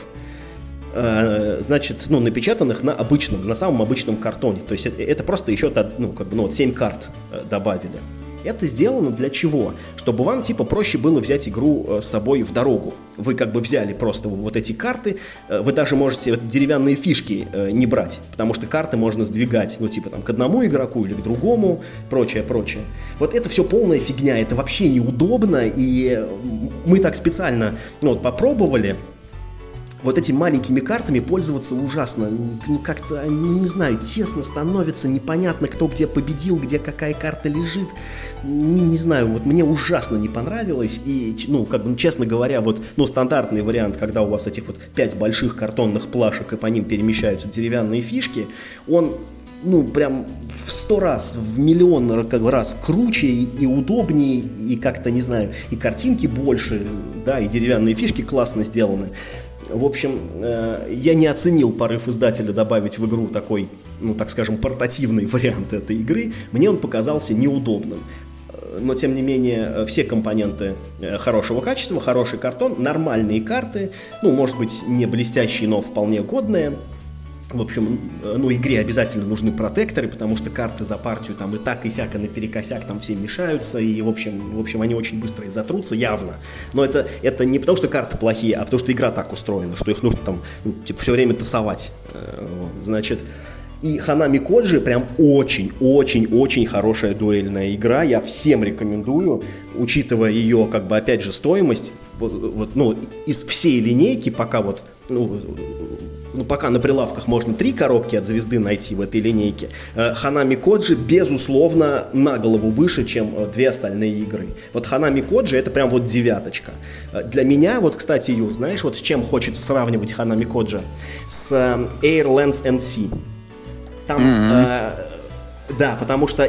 напечатанных на самом обычном картоне. То есть это просто еще 7 карт добавили. Это сделано для чего? Чтобы вам проще было взять игру с собой в дорогу. Вы взяли просто вот эти карты, вы даже можете деревянные фишки не брать, потому что карты можно сдвигать, к одному игроку или к другому, прочее. Вот это все полная фигня, это вообще неудобно, и мы так специально попробовали. Вот этими маленькими картами пользоваться ужасно. Как-то, не знаю, тесно становится, непонятно, кто где победил, где какая карта лежит. Не знаю, мне ужасно не понравилось. И, честно говоря, стандартный вариант, когда у вас этих 5 больших картонных плашек, и по ним перемещаются деревянные фишки, он, прям в 100 раз, в миллион раз круче и удобнее, и как-то, не знаю, и картинки больше, да, и деревянные фишки классно сделаны. В общем, я не оценил порыв издателя добавить в игру такой, так скажем, портативный вариант этой игры. Мне он показался неудобным. Но, тем не менее, все компоненты хорошего качества, хороший картон, нормальные карты, может быть, не блестящие, но вполне годные. В общем, игре обязательно нужны протекторы, потому что карты за партию и так, и сяко, наперекосяк все мешаются, и, в общем, они очень быстро и затрутся, явно. Но это не потому, что карты плохие, а потому, что игра так устроена, что их нужно все время тасовать. Значит, И Ханами Коджи прям очень-очень-очень хорошая дуэльная игра. Я всем рекомендую, учитывая ее, как бы, опять же, стоимость. Ну, из всей линейки пока пока на прилавках можно 3 коробки от звезды найти в этой линейке, Ханами Коджи, безусловно, на голову выше, чем 2 остальные игры. Вот Ханами Коджи — это прям вот 9. Для меня, вот, кстати, Юр, знаешь, вот с чем хочется сравнивать Ханами Коджи? С Air Lance NC. Там, да, потому что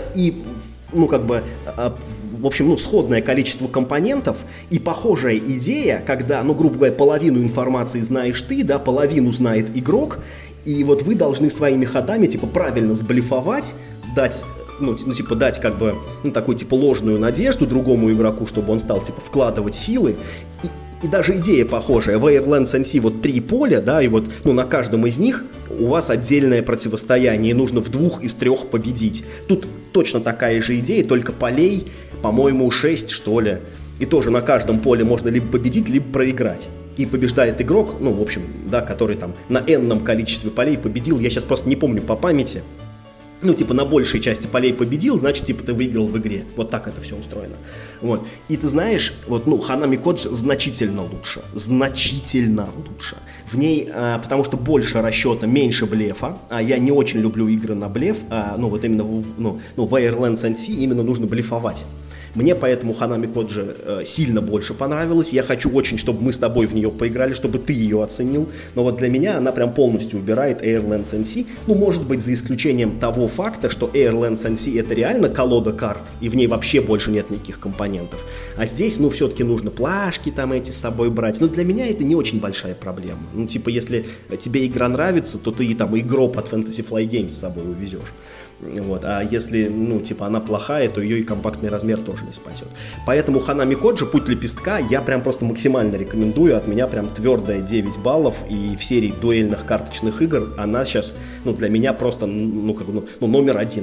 в общем, сходное количество компонентов и похожая идея, когда, грубо говоря, половину информации знаешь ты, да, половину знает игрок, и вот вы должны своими ходами, типа, правильно сблефовать, дать, дать, как бы, такую, типа, ложную надежду другому игроку, чтобы он стал, типа, вкладывать силы. И даже идея похожая. В Air Lance NC вот 3 поля, да, и вот на каждом из них у вас отдельное противостояние, и нужно в 2 из 3 победить. Тут точно такая же идея, только полей, по-моему, 6, что ли. И тоже на каждом поле можно либо победить, либо проиграть. И побеждает игрок, в общем, да, который там на энном количестве полей победил. Я сейчас просто не помню по памяти. На большей части полей победил, значит, типа, ты выиграл в игре. Вот так это все устроено. Вот. И ты знаешь, Ханами Коджи значительно лучше. Значительно лучше. В ней, потому что больше расчета, меньше блефа. А я не очень люблю игры на блеф. Именно в Air Lance NC именно нужно блефовать. Мне поэтому Ханами Коджи сильно больше понравилась. Я хочу очень, чтобы мы с тобой в нее поиграли, чтобы ты ее оценил. Но вот для меня она прям полностью убирает Air Lance NC. Может быть, за исключением того факта, что Air Lance NC — это реально колода карт, и в ней вообще больше нет никаких компонентов. А здесь, все-таки нужно плашки там эти с собой брать. Но для меня это не очень большая проблема. Если тебе игра нравится, то ты там и гроб от Fantasy Flight Games с собой увезешь. Вот. А если, она плохая, то ее и компактный размер тоже не спасет. Поэтому Ханами Коджи, Путь лепестка, я прям просто максимально рекомендую. От меня прям твердая 9 баллов. И в серии дуэльных карточных игр она сейчас, для меня просто, номер 1.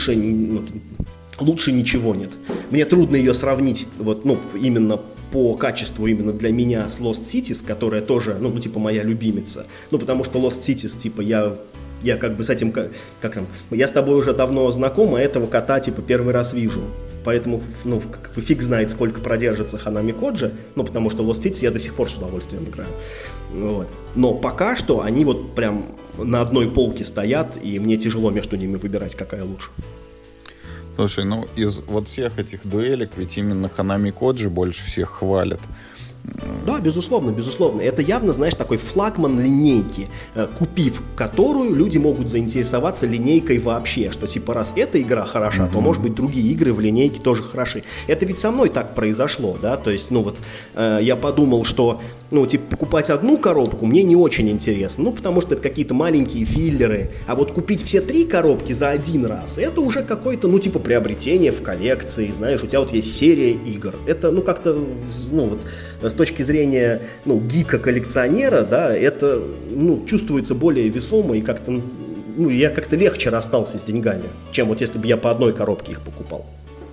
Лучше ничего нет. Мне трудно ее сравнить, именно по качеству, именно для меня, с Lost Cities, которая тоже, моя любимица. Потому что Lost Cities, я как бы с этим, я с тобой уже давно знаком, а этого кота, первый раз вижу. Поэтому, фиг знает, сколько продержится Ханами Коджи, потому что Lost Cities я до сих пор с удовольствием играю. Вот. Но пока что они вот прям на одной полке стоят, и мне тяжело между ними выбирать, какая лучше. Слушай, из вот всех этих дуэлек ведь именно Ханами Коджи больше всех хвалят. Да, безусловно. Это явно, знаешь, такой флагман линейки, купив которую люди могут заинтересоваться линейкой вообще, что раз эта игра хороша, то, может быть, другие игры в линейке тоже хороши. Это ведь со мной так произошло, да, то есть, я подумал, что, покупать одну коробку мне не очень интересно, потому что это какие-то маленькие филлеры, а вот купить все 3 коробки за один раз, это уже какое-то, приобретение в коллекции, знаешь, у тебя вот есть серия игр, это, как-то, с точки зрения, гика-коллекционера, да, это, чувствуется более весомо и как-то, я как-то легче расстался с деньгами, чем вот если бы я по одной коробке их покупал.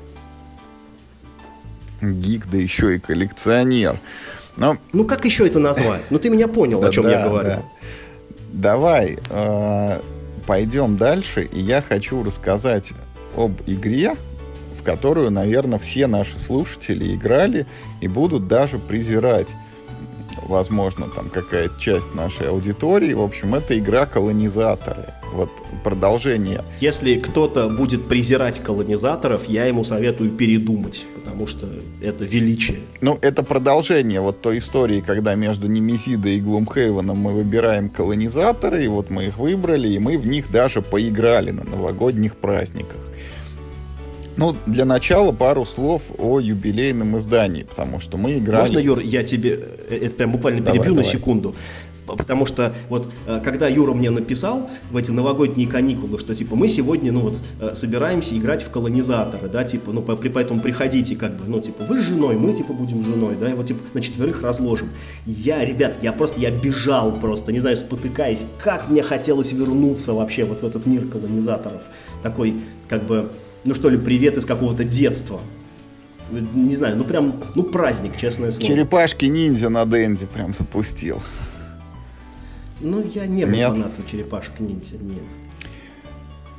Гик, да еще и коллекционер. Как еще это назвать? Ты меня понял, о чем я говорю. Да. Давай пойдем дальше, и я хочу рассказать об игре, в которую, наверное, все наши слушатели играли и будут даже презирать. Возможно, там какая-то часть нашей аудитории. В общем, это игра «Колонизаторы». Вот продолжение. Если кто-то будет презирать колонизаторов, я ему советую передумать, потому что это величие. Это продолжение вот той истории, когда между Немезидой и Глумхейвеном мы выбираем колонизаторы, и вот мы их выбрали, и мы в них даже поиграли на новогодних праздниках. Для начала пару слов о юбилейном издании, потому что мы играли... Можно, Юр, я тебе это прям буквально перебью на секунду? Потому что вот когда Юра мне написал в эти новогодние каникулы, что мы сегодня собираемся играть в колонизаторы, да, поэтому приходите, вы с женой, мы будем с женой, да, и вот на 4 разложим. Ребят, я бежал просто, не знаю, спотыкаясь, как мне хотелось вернуться вообще вот в этот мир колонизаторов. Такой, привет из какого-то детства. Не знаю, праздник, честное слово. Черепашки-ниндзя на Денде прям запустил. Я не был фанатом черепашек-ниндзя, нет.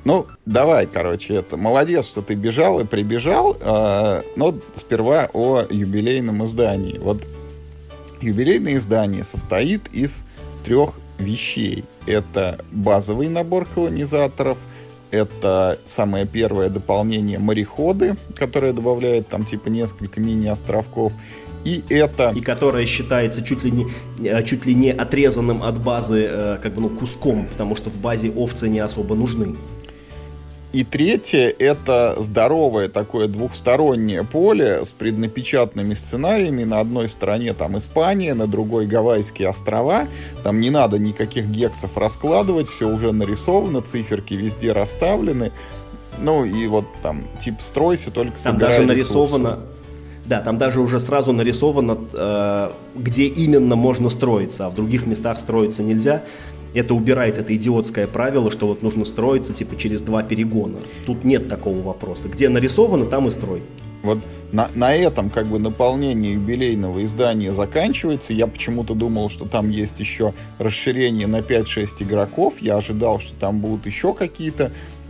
Ну, давай, короче, это молодец, что ты бежал и прибежал, но сперва о юбилейном издании. Вот юбилейное издание состоит из 3 вещей. Это базовый набор колонизаторов, это самое первое дополнение «Мореходы», которое добавляет там типа несколько мини-островков. И которое считается чуть ли не отрезанным от базы куском, потому что в базе овцы не особо нужны. И третье — это здоровое такое двухстороннее поле с преднапечатанными сценариями. На одной стороне там Испания, на другой Гавайские острова. Там не надо никаких гексов раскладывать, все уже нарисовано, циферки везде расставлены. Ну и вот там тип стройся, только собирай ресурсы. Там даже нарисовано... Да, там даже уже сразу нарисовано, где именно можно строиться, а в других местах строиться нельзя. Это убирает это идиотское правило, что вот нужно строиться типа через 2 перегона. Тут нет такого вопроса. Где нарисовано, там и строй. Вот на этом как бы наполнение юбилейного издания заканчивается. Я почему-то думал, что там есть еще расширение на 5-6 игроков. Я ожидал, что там будут еще какие-то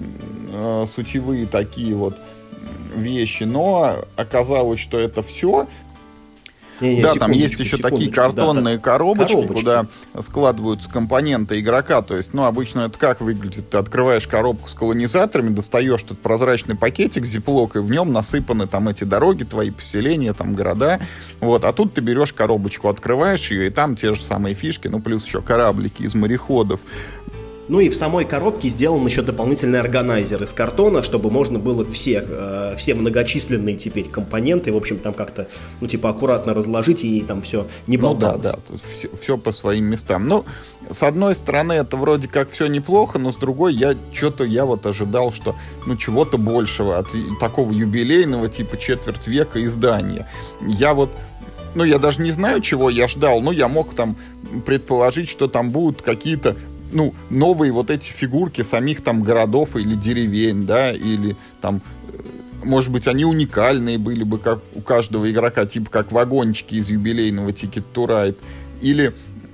сутевые такие вот вещи, но оказалось, что это все. Да, там есть еще такие картонные коробочки, куда складываются компоненты игрока. То есть, обычно это как выглядит? Ты открываешь коробку с колонизаторами, достаешь этот прозрачный пакетик, зиплок, и в нем насыпаны там эти дороги, твои поселения, там города. Вот. А тут ты берешь коробочку, открываешь ее, и там те же самые фишки, плюс еще кораблики из мореходов. Ну и в самой коробке сделан еще дополнительный органайзер из картона, чтобы можно было все многочисленные теперь компоненты, в общем, там как-то, аккуратно разложить и там все не болталось. Да, все по своим местам. С одной стороны, это вроде как все неплохо, но с другой, я вот ожидал, что, чего-то большего от такого юбилейного, типа четверть века издания. Я даже не знаю, чего я ждал, но я мог там предположить, что там будут какие-то новые вот эти фигурки самих там городов или деревень, да, или там, может быть, они уникальные были бы, как у каждого игрока, типа как вагончики из юбилейного Ticket to Ride, или,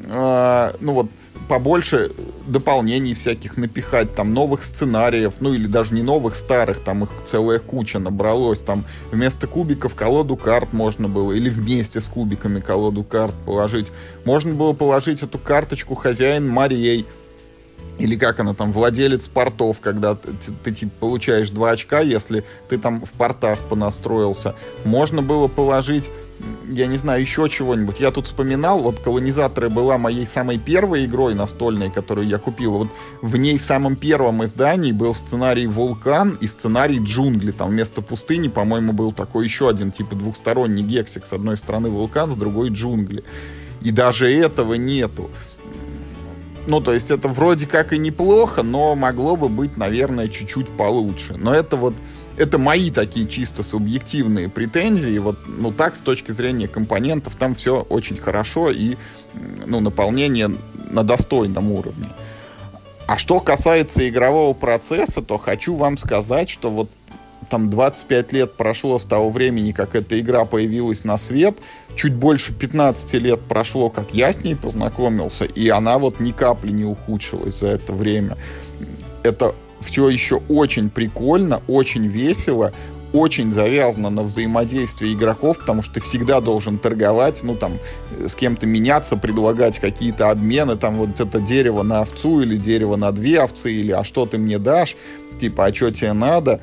побольше дополнений всяких напихать, там, новых сценариев, или даже не новых, старых, там их целая куча набралось, там, вместо кубиков колоду карт можно было, или вместе с кубиками колоду карт положить. Можно было положить эту карточку «Хозяин морей», или как она там, владелец портов, когда ты типа получаешь 2 очка, если ты там в портах понастроился. Можно было положить, я не знаю, еще чего-нибудь. Я тут вспоминал, вот «Колонизаторы» была моей самой первой игрой настольной, которую я купил. Вот в ней в самом первом издании был сценарий «Вулкан» и сценарий «Джунгли». Там вместо пустыни, по-моему, был такой еще один типа двухсторонний гексик. С одной стороны «Вулкан», с другой «Джунгли». И даже этого нету. То есть это вроде как и неплохо, но могло бы быть, наверное, чуть-чуть получше. Но это мои такие чисто субъективные претензии. Так, с точки зрения компонентов, там все очень хорошо и, наполнение на достойном уровне. А что касается игрового процесса, то хочу вам сказать, что там 25 лет прошло с того времени, как эта игра появилась на свет. Чуть больше 15 лет прошло, как я с ней познакомился, и она ни капли не ухудшилась за это время. Это все еще очень прикольно, очень весело, очень завязано на взаимодействии игроков, потому что ты всегда должен торговать, с кем-то меняться, предлагать какие-то обмены, это дерево на овцу или дерево на 2 овцы, или а что ты мне дашь, типа, а что тебе надо.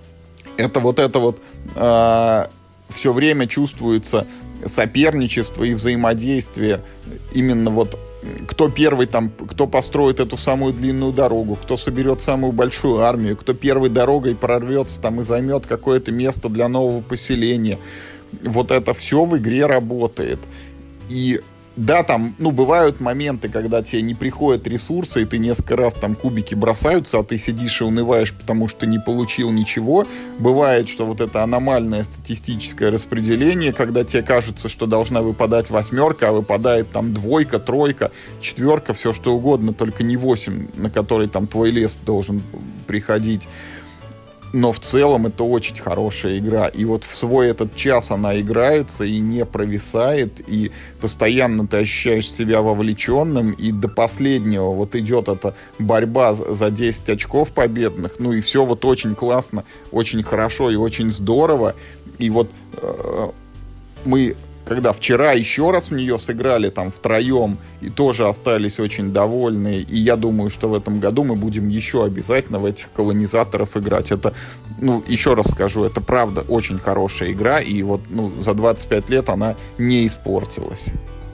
Все время чувствуется соперничество и взаимодействие. Именно кто первый кто построит эту самую длинную дорогу, кто соберет самую большую армию, кто первой дорогой прорвется и займет какое-то место для нового поселения. Это все в игре работает. И да, там, бывают моменты, когда тебе не приходят ресурсы, и ты несколько раз кубики бросаются, а ты сидишь и унываешь, потому что не получил ничего. Бывает, что это аномальное статистическое распределение, когда тебе кажется, что должна выпадать 8, а выпадает 2, 3, 4, все что угодно, только не 8, на который твой лес должен приходить. Но в целом это очень хорошая игра. И вот в свой этот час она играется и не провисает, и постоянно ты ощущаешь себя вовлеченным, и до последнего вот идет эта борьба за 10 очков победных. Ну и все вот очень классно, очень хорошо и очень здорово. И вот мы... Когда вчера еще раз в нее сыграли там втроем и тоже остались очень довольны, и я думаю, что в этом году мы будем еще обязательно в этих колонизаторов играть. Это, ну, еще раз скажу, это правда очень хорошая игра, и вот, ну, за 25 лет она не испортилась.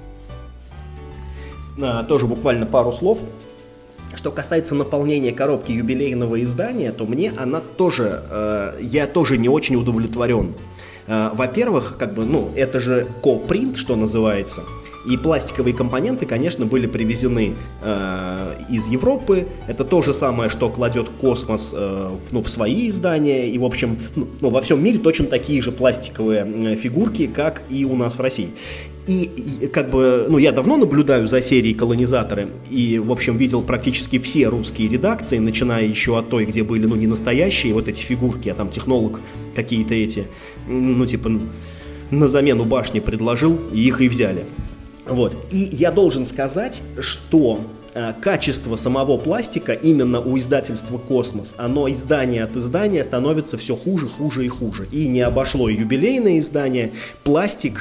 Тоже буквально пару слов. Что касается наполнения коробки юбилейного издания, то мне она тоже, я тоже не очень удовлетворен. Во-первых, как бы, ну, это же ко-принт, что называется, и пластиковые компоненты, конечно, были привезены из Европы. Это то же самое, что кладет Космос в свои издания, и, в общем, ну, во всем мире точно такие же пластиковые фигурки, как и у нас в России. И как бы, ну, я давно наблюдаю за серией «Колонизаторы» и, в общем, видел практически все русские редакции, начиная еще от той, где были, ну, не настоящие вот эти фигурки, а там технолог какие-то эти, ну, типа, на замену башни предложил, и их и взяли. Вот. И я должен сказать, что качество самого пластика именно у издательства «Космос», оно издание от издания становится все хуже, хуже и хуже. И не обошло юбилейное издание. Пластик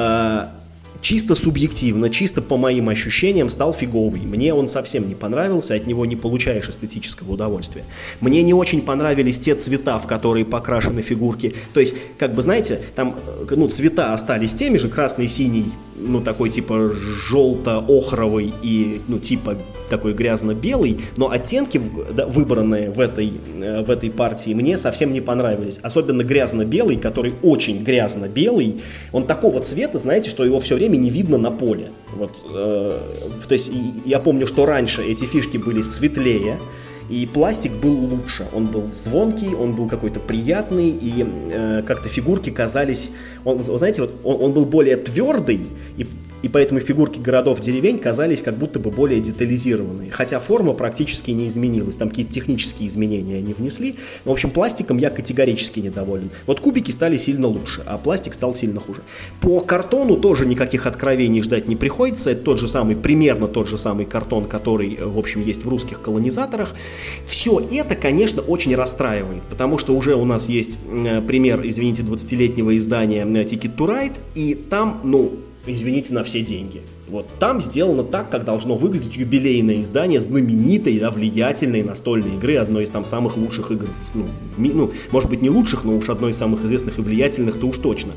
чисто субъективно, чисто по моим ощущениям, стал фиговый. Мне он совсем не понравился, от него не получаешь эстетического удовольствия. Мне не очень понравились те цвета, в которые покрашены фигурки. То есть, как бы, знаете, там, ну, цвета остались теми же, красный, синий, ну, такой типа желто-охровый и, ну, типа такой грязно-белый, но оттенки, выбранные в этой партии, мне совсем не понравились. Особенно грязно-белый, который очень грязно-белый. Он такого цвета, знаете, что его все время не видно на поле. Вот, то есть я помню, что раньше эти фишки были светлее, и пластик был лучше. Он был звонкий, он был какой-то приятный, и как-то фигурки казались... знаете, вот он был более твердый, и поэтому фигурки городов-деревень казались как будто бы более детализированные. Хотя форма практически не изменилась. Там какие-то технические изменения они внесли. Но, в общем, пластиком я категорически недоволен. Вот кубики стали сильно лучше, а пластик стал сильно хуже. По картону тоже никаких откровений ждать не приходится. Это тот же самый, примерно тот же самый картон, который, в общем, есть в русских колонизаторах. Все это, конечно, очень расстраивает. Потому что уже у нас есть пример, извините, 20-летнего издания Ticket to Ride. И там, ну... извините, на все деньги. Вот там сделано так, как должно выглядеть юбилейное издание знаменитой, да, влиятельной настольной игры, одной из там самых лучших игр, ну, может быть, не лучших, но уж одной из самых известных и влиятельных-то уж точно.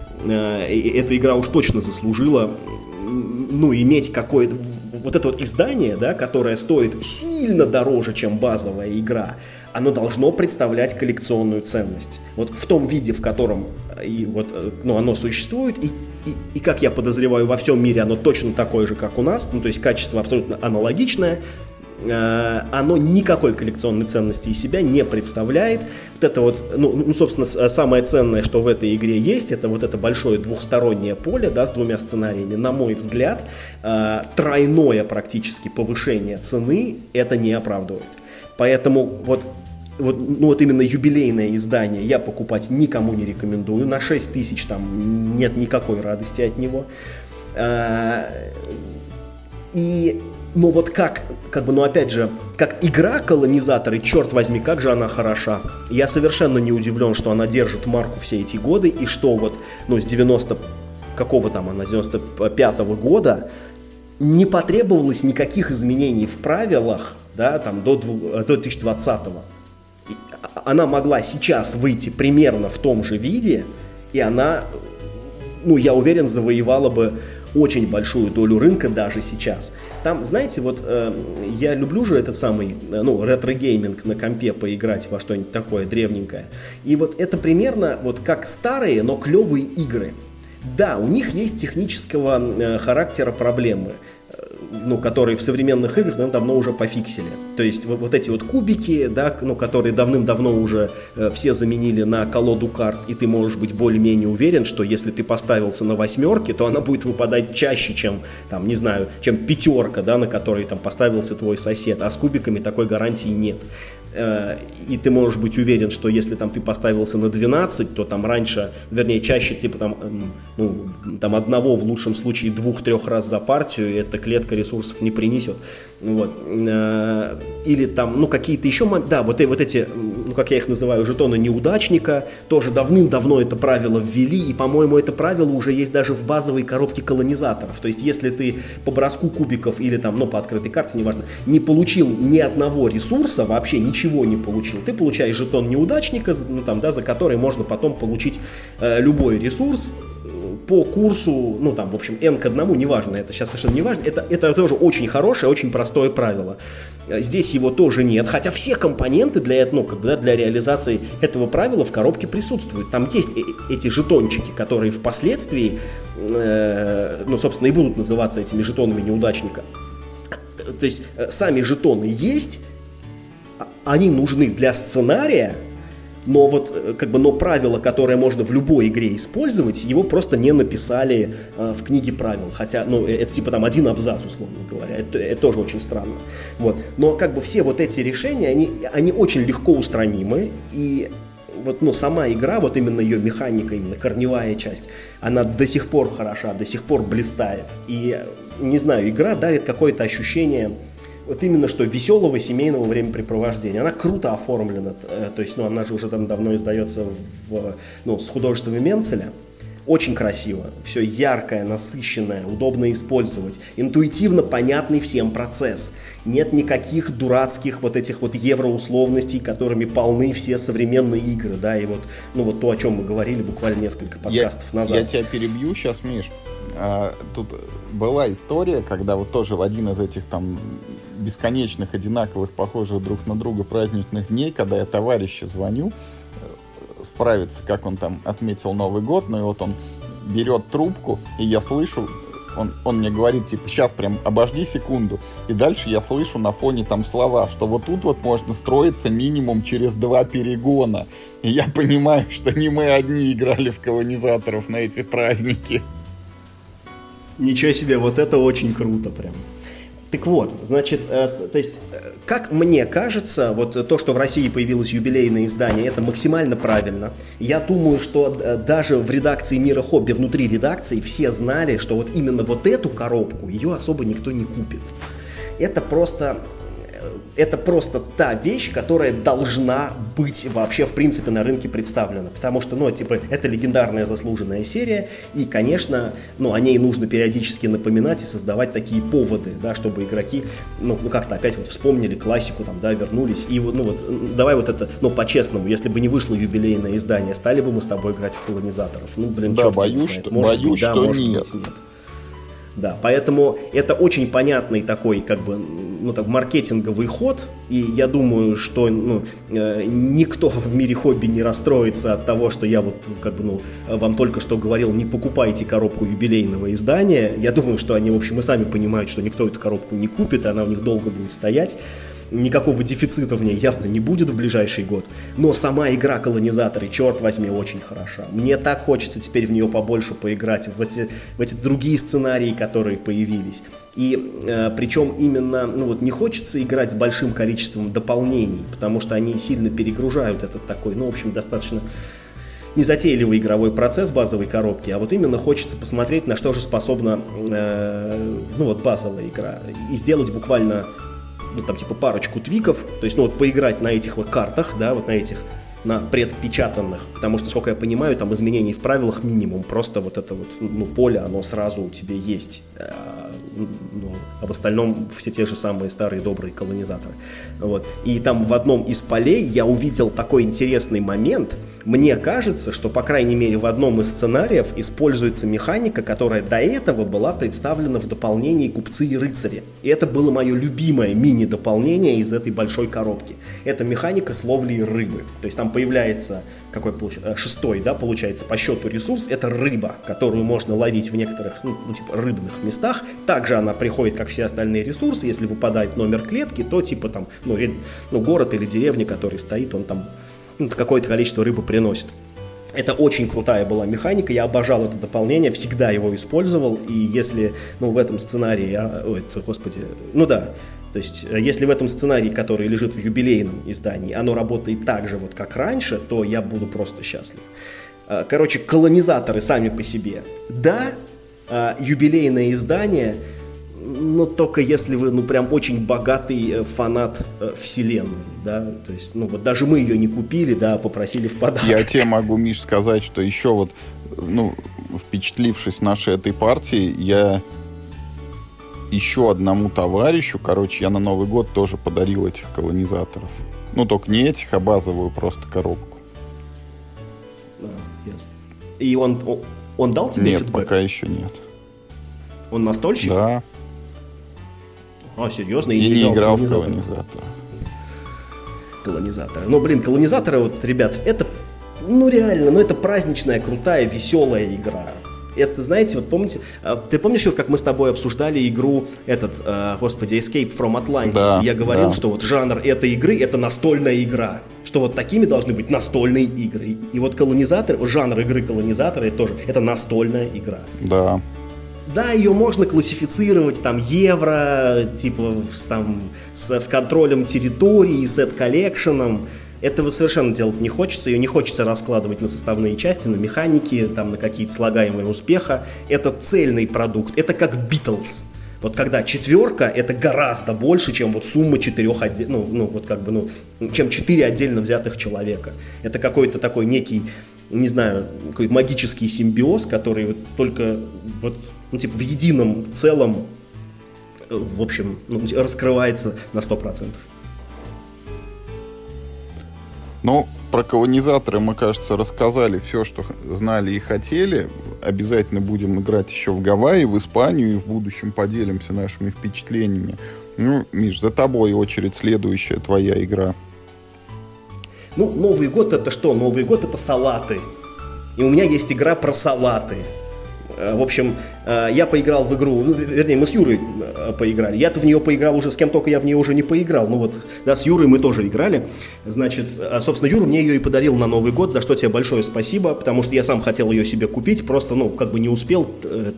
Эта игра уж точно заслужила, ну, иметь какое-то вот это вот издание, да, которое стоит сильно дороже, чем базовая игра. Оно должно представлять коллекционную ценность. Вот в том виде, в котором и вот, ну, оно существует, и, как я подозреваю, во всем мире оно точно такое же, как у нас, ну, то есть качество абсолютно аналогичное, оно никакой коллекционной ценности из себя не представляет. Вот это вот, ну, собственно, самое ценное, что в этой игре есть, это вот это большое двухстороннее поле, да, с двумя сценариями. На мой взгляд, тройное практически повышение цены это не оправдывает. Поэтому вот именно юбилейное издание я покупать никому не рекомендую. На 6 тысяч там нет никакой радости от него. Но вот как бы, ну, опять же, как игра «Колонизаторы», черт возьми, как же она хороша. Я совершенно не удивлен, что она держит марку все эти годы, и что вот, ну, с 95-го года не потребовалось никаких изменений в правилах, да, там, до 2020-го. Она могла сейчас выйти примерно в том же виде, и она, ну, я уверен, завоевала бы очень большую долю рынка даже сейчас. Там, знаете, вот я люблю же этот самый, ну, ретро-гейминг на компе поиграть во что-нибудь такое древненькое. И вот это примерно вот как старые, но клевые игры. Да, у них есть технического характера проблемы. ну, которые в современных играх давно уже пофиксили. То есть вот эти вот кубики, да, ну, которые давным-давно уже все заменили на колоду карт, и ты можешь быть более-менее уверен, что если ты поставился на восьмерке, то она будет выпадать чаще, чем, там, не знаю, чем пятерка, да, на которой там поставился твой сосед, а с кубиками такой гарантии нет. И ты можешь быть уверен, что если там ты поставился на 12, то там раньше, вернее, чаще типа там, ну, там одного, в лучшем случае 2-3 раз за партию, и эта клетка ресурсов не принесет. Вот. Или там, ну, какие-то еще, да, вот эти, ну, как я их называю, жетоны неудачника, тоже давным-давно это правило ввели, и, по-моему, это правило уже есть даже в базовой коробке колонизаторов. То есть, если ты по броску кубиков или там, ну, по открытой карте, неважно, не получил ни одного ресурса, вообще ничего не получил, ты получаешь жетон неудачника, ну, там, да, за который можно потом получить любой ресурс по курсу, ну, там, в общем, n к 1, неважно, это сейчас совершенно не важно, это тоже очень хорошее, очень простое правило. Здесь его тоже нет, хотя все компоненты для, ну, как бы, да, для реализации этого правила в коробке присутствуют. Там есть эти жетончики, которые впоследствии, ну, собственно, и будут называться этими жетонами неудачника. То есть сами жетоны есть, они нужны для сценария, но вот как бы, но правило, которое можно в любой игре использовать, его просто не написали в книге правил. Хотя, ну, это типа там один абзац, условно говоря. Это тоже очень странно. Вот. Но как бы все вот эти решения, они очень легко устранимы. И вот, ну, сама игра, вот именно ее механика, именно корневая часть, она до сих пор хороша, до сих пор блистает. И, не знаю, игра дарит какое-то ощущение вот именно что веселого семейного времяпрепровождения. Она круто оформлена, то есть, ну, она же уже там давно издается с художествами Менцеля. Очень красиво, все яркое, насыщенное, удобно использовать, интуитивно понятный всем процесс. Нет никаких дурацких вот этих вот евроусловностей, которыми полны все современные игры, да, и вот, ну, вот то, о чем мы говорили буквально несколько подкастов назад. Я тебя перебью сейчас, Миш. Тут была история, когда вот тоже в один из этих там бесконечных, одинаковых, похожих друг на друга праздничных дней, когда я товарищу звоню, справиться, как он там отметил Новый год, ну и вот он берет трубку, и я слышу, он мне говорит, типа, сейчас прям обожди секунду, и дальше я слышу на фоне там слова, что вот тут вот можно строиться минимум через 2 перегона, и я понимаю, что не мы одни играли в колонизаторов на эти праздники. Ничего себе, вот это очень круто прям. Так вот, значит, то есть, как мне кажется, вот то, что в России появилось юбилейное издание, это максимально правильно. Я думаю, что даже в редакции Мира Хобби, внутри редакции, все знали, что вот именно вот эту коробку, ее особо никто не купит. Это просто та вещь, которая должна быть вообще, в принципе, на рынке представлена. Потому что, ну, типа, это легендарная заслуженная серия, и, конечно, ну, о ней нужно периодически напоминать и создавать такие поводы, да, чтобы игроки, ну как-то опять вот вспомнили классику, там, да, вернулись. И вот, ну, вот, давай вот это, ну, по-честному, если бы не вышло юбилейное издание, стали бы мы с тобой играть в колонизаторов? Ну, блин, да, черт боюсь, знает. что, Может боюсь, быть, да, что может нет. быть, нет. Да, поэтому это очень понятный такой, как бы, ну, так, маркетинговый ход, и я думаю, что, ну, никто в мире хобби не расстроится от того, что я вот, как бы, ну, вам только что говорил, не покупайте коробку юбилейного издания. Я думаю, что они, в общем, и сами понимают, что никто эту коробку не купит, и она у них долго будет стоять. Никакого дефицита в ней явно не будет в ближайший год. Но сама игра колонизаторы, черт возьми, очень хороша. Мне так хочется теперь в нее побольше поиграть, в эти другие сценарии, которые появились. И причем именно, ну вот, не хочется играть с большим количеством дополнений, потому что они сильно перегружают этот такой, ну, в общем, достаточно незатейливый игровой процесс базовой коробки, а вот именно хочется посмотреть, на что же способна, ну вот, базовая игра, и сделать буквально, ну, там, типа, парочку твиков, то есть, ну, вот, поиграть на этих вот картах, да, вот на этих, на предпечатанных, потому что, насколько я понимаю, там изменений в правилах минимум, просто вот это вот, ну, поле, оно сразу у тебя есть, ну, а в остальном все те же самые старые добрые колонизаторы. Вот. И там в одном из полей я увидел такой интересный момент. Мне кажется, что, по крайней мере, в одном из сценариев используется механика, которая до этого была представлена в дополнении «Купцы и рыцари». И это было мое любимое мини-дополнение из этой большой коробки. Это механика с ловлей рыбы. То есть там появляется, какой получается, 6-й, да, получается, по счету ресурс. Это рыба, которую можно ловить в некоторых, ну, типа, рыбных местах. Так также она приходит, как все остальные ресурсы. Если выпадает номер клетки, то типа там, город или деревня, который стоит, он там какое-то количество рыбы приносит. Это очень крутая была механика, я обожал это дополнение, всегда его использовал, и если, в этом сценарии, то есть, если в этом сценарии, который лежит в юбилейном издании, оно работает так же, вот как раньше, то я буду просто счастлив. Короче, колонизаторы сами по себе. Да, юбилейное издание, но только если вы, прям очень богатый фанат вселенной, да, то есть, вот даже мы ее не купили, да, попросили в подарок. Я тебе могу, Миш, сказать, что еще вот, впечатлившись нашей этой партией, я еще одному товарищу, я на Новый год тоже подарил этих колонизаторов. Только не этих, а базовую просто коробку. Ясно. И он дал тебе фидбэк? Нет, пока еще нет. Он настольщик? Да. Серьезно? И не играл в колонизатора. Колонизаторы, вот, ребят, это, реально, это праздничная, крутая, веселая игра. Это, знаете, вот помните, ты помнишь, Юр, как мы с тобой обсуждали игру, Escape from Atlantis? Да, я говорил, что вот жанр этой игры — это настольная игра, что вот такими должны быть настольные игры. И вот жанр игры колонизаторы тоже, это настольная игра. Да. Да, ее можно классифицировать, евро, с контролем территории, сет-коллекшеном. Этого совершенно делать не хочется, ее не хочется раскладывать на составные части, на механики, на какие-то слагаемые успеха. Это цельный продукт, это как Beatles. Вот когда 4 это гораздо больше, чем вот сумма 4 чем 4 отдельно взятых человека. Это какой-то такой некий, не знаю, какой магический симбиоз, который вот только в едином целом, в общем, раскрывается на 100%. Про колонизаторы мы, кажется, рассказали все, что знали и хотели. Обязательно будем играть еще в Гавайи, в Испанию, и в будущем поделимся нашими впечатлениями. Миш, за тобой очередь следующая твоя игра. Новый год — это что? Новый год — это салаты. И у меня есть игра про салаты. В общем, я поиграл в игру, мы с Юрой поиграли. Я-то в нее поиграл уже, с кем только я в нее уже не поиграл. С Юрой мы тоже играли. Значит, собственно, Юра мне ее и подарил на Новый год, за что тебе большое спасибо, потому что я сам хотел ее себе купить, просто, не успел.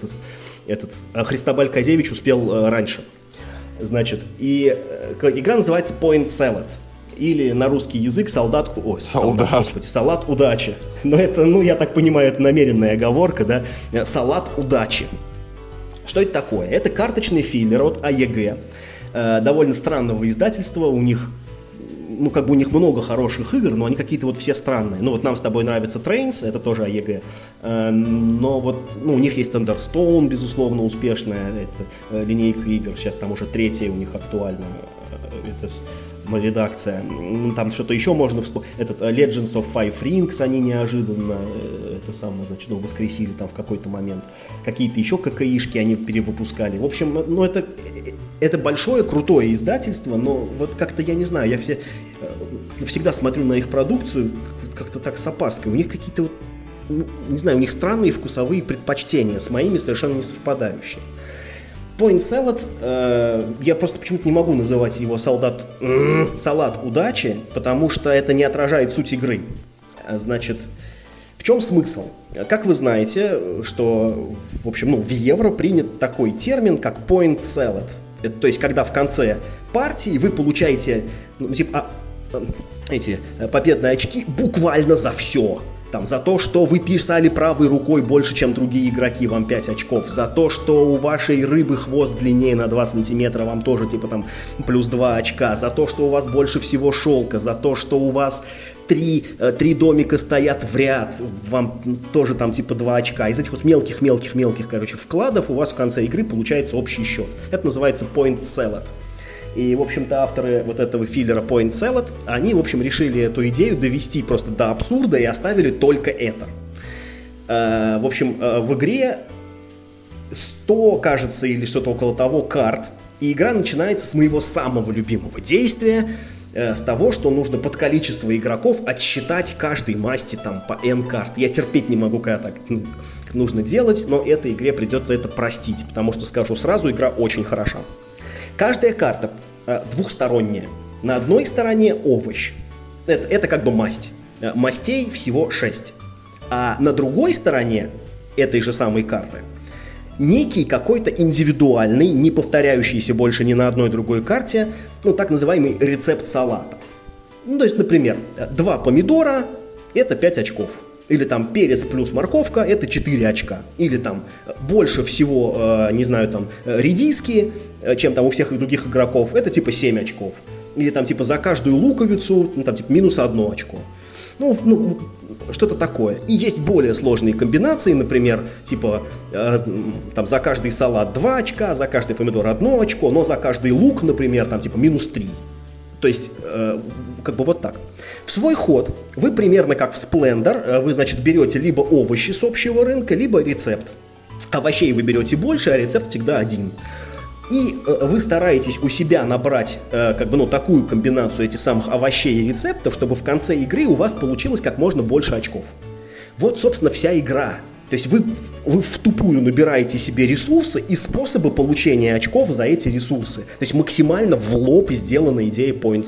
Христобаль Козевич успел раньше. Значит, и игра называется Point Salad. Или на русский язык салат удачи. Но это, я так понимаю, это намеренная оговорка, да? Салат удачи. Что это такое? Это карточный филлер от АЕГ. Довольно странного издательства. У них, у них много хороших игр, но они какие-то все странные. Нам с тобой нравится Trains, это тоже АЕГ. Но у них есть Thunderstone, безусловно, успешная. Это линейка игр. Сейчас там уже 3-я у них актуальна. Это редакция. Там что-то еще можно вспомнить. Legends of Five Rings они неожиданно воскресили там в какой-то момент. Какие-то еще ККИшки они перевыпускали. В общем, это большое, крутое издательство, но как-то я не знаю, я всегда смотрю на их продукцию как-то так с опаской. У них какие-то не знаю, у них странные вкусовые предпочтения с моими совершенно не совпадающие. Point Salad, я просто почему-то не могу называть его салат удачи, потому что это не отражает суть игры. Значит, в чем смысл? Как вы знаете, что, в общем, в евро принят такой термин, как Point Salad. То есть, когда в конце партии вы получаете, эти победные очки буквально за все. За то, что вы писали правой рукой больше, чем другие игроки, вам 5 очков. За то, что у вашей рыбы хвост длиннее на 2 сантиметра, вам тоже плюс 2 очка. За то, что у вас больше всего шелка. За то, что у вас 3 домика стоят в ряд, вам тоже 2 очка. Из этих мелких, вкладов у вас в конце игры получается общий счет. Это называется Point Salad. И, в общем-то, авторы этого филлера Point Salad, они, в общем, решили эту идею довести просто до абсурда и оставили только это. В общем, в игре 100, кажется, или что-то около того карт, и игра начинается с моего самого любимого действия. с того, что нужно под количество игроков отсчитать каждой масти там по N карт. Я терпеть не могу, когда так нужно делать, но этой игре придется это простить, потому что, скажу сразу, игра очень хороша. Каждая карта двухсторонняя. На одной стороне овощ. Это как бы масть. Мастей всего 6. А на другой стороне этой же самой карты некий какой-то индивидуальный, не повторяющийся больше ни на одной другой карте, ну, так называемый рецепт салата. Ну, то есть, например, 2 помидора – это 5 очков. Или там перец плюс морковка – это 4 очка. Или там больше всего, не знаю, там редиски, чем там у всех других игроков, это типа 7 очков. Или там типа за каждую луковицу, ну, там типа минус 1 очко. Ну, что-то такое. И есть более сложные комбинации, например, типа там за каждый салат 2 очка, за каждый помидор 1 очко, но за каждый лук, например, там типа минус 3. То есть, как бы вот так. В свой ход вы примерно как в Splendor, вы, значит, берете либо овощи с общего рынка, либо рецепт. Овощей вы берете больше, а рецепт всегда один. И вы стараетесь у себя набрать как бы, ну, такую комбинацию этих самых овощей и рецептов, чтобы в конце игры у вас получилось как можно больше очков. Вот, собственно, вся игра. То есть вы втупую набираете себе ресурсы и способы получения очков за эти ресурсы. То есть максимально в лоб сделана идея Point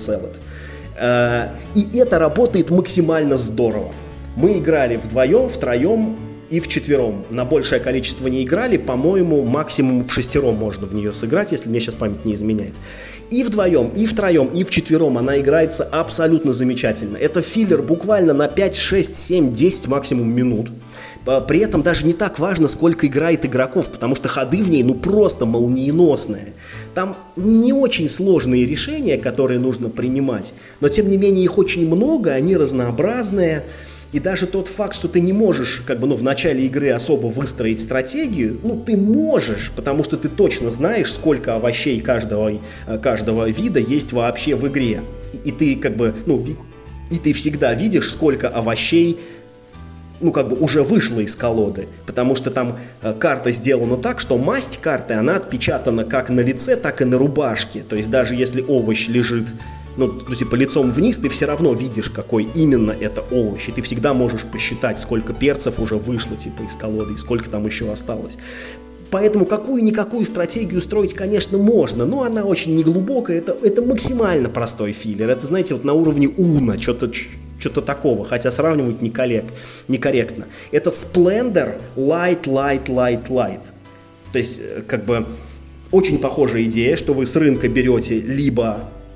Salad. И это работает максимально здорово. Мы играли вдвоем, втроем и вчетвером. На большее количество не играли, по-моему, максимум в 6 можно в нее сыграть, если мне сейчас память не изменяет. И вдвоем, и втроем, и вчетвером она играется абсолютно замечательно. Это филлер буквально на 5, 6, 7, 10 максимум минут. При этом даже не так важно, сколько играет игроков, потому что ходы в ней, ну, просто молниеносные. Там не очень сложные решения, которые нужно принимать, но тем не менее их очень много, они разнообразные. И даже тот факт, что ты не можешь, как бы, ну, в начале игры особо выстроить стратегию, ну, ты можешь, потому что ты точно знаешь, сколько овощей каждого вида есть вообще в игре. И ты, как бы, ну, и ты всегда видишь, сколько овощей, ну, как бы, уже вышло из колоды, потому что там карта сделана так, что масть карты, она отпечатана как на лице, так и на рубашке. То есть даже если овощ лежит, ну, типа, лицом вниз, ты все равно видишь, какой именно это овощ, и ты всегда можешь посчитать, сколько перцев уже вышло, типа, из колоды, и сколько там еще осталось. Поэтому какую-никакую стратегию строить, конечно, можно, но она очень неглубокая, это максимально простой филлер. Это, знаете, вот на уровне Уна, что-то такого, хотя сравнивать некорректно. Это Splendor light. То есть, как бы, очень похожая идея, что вы с рынка берете либо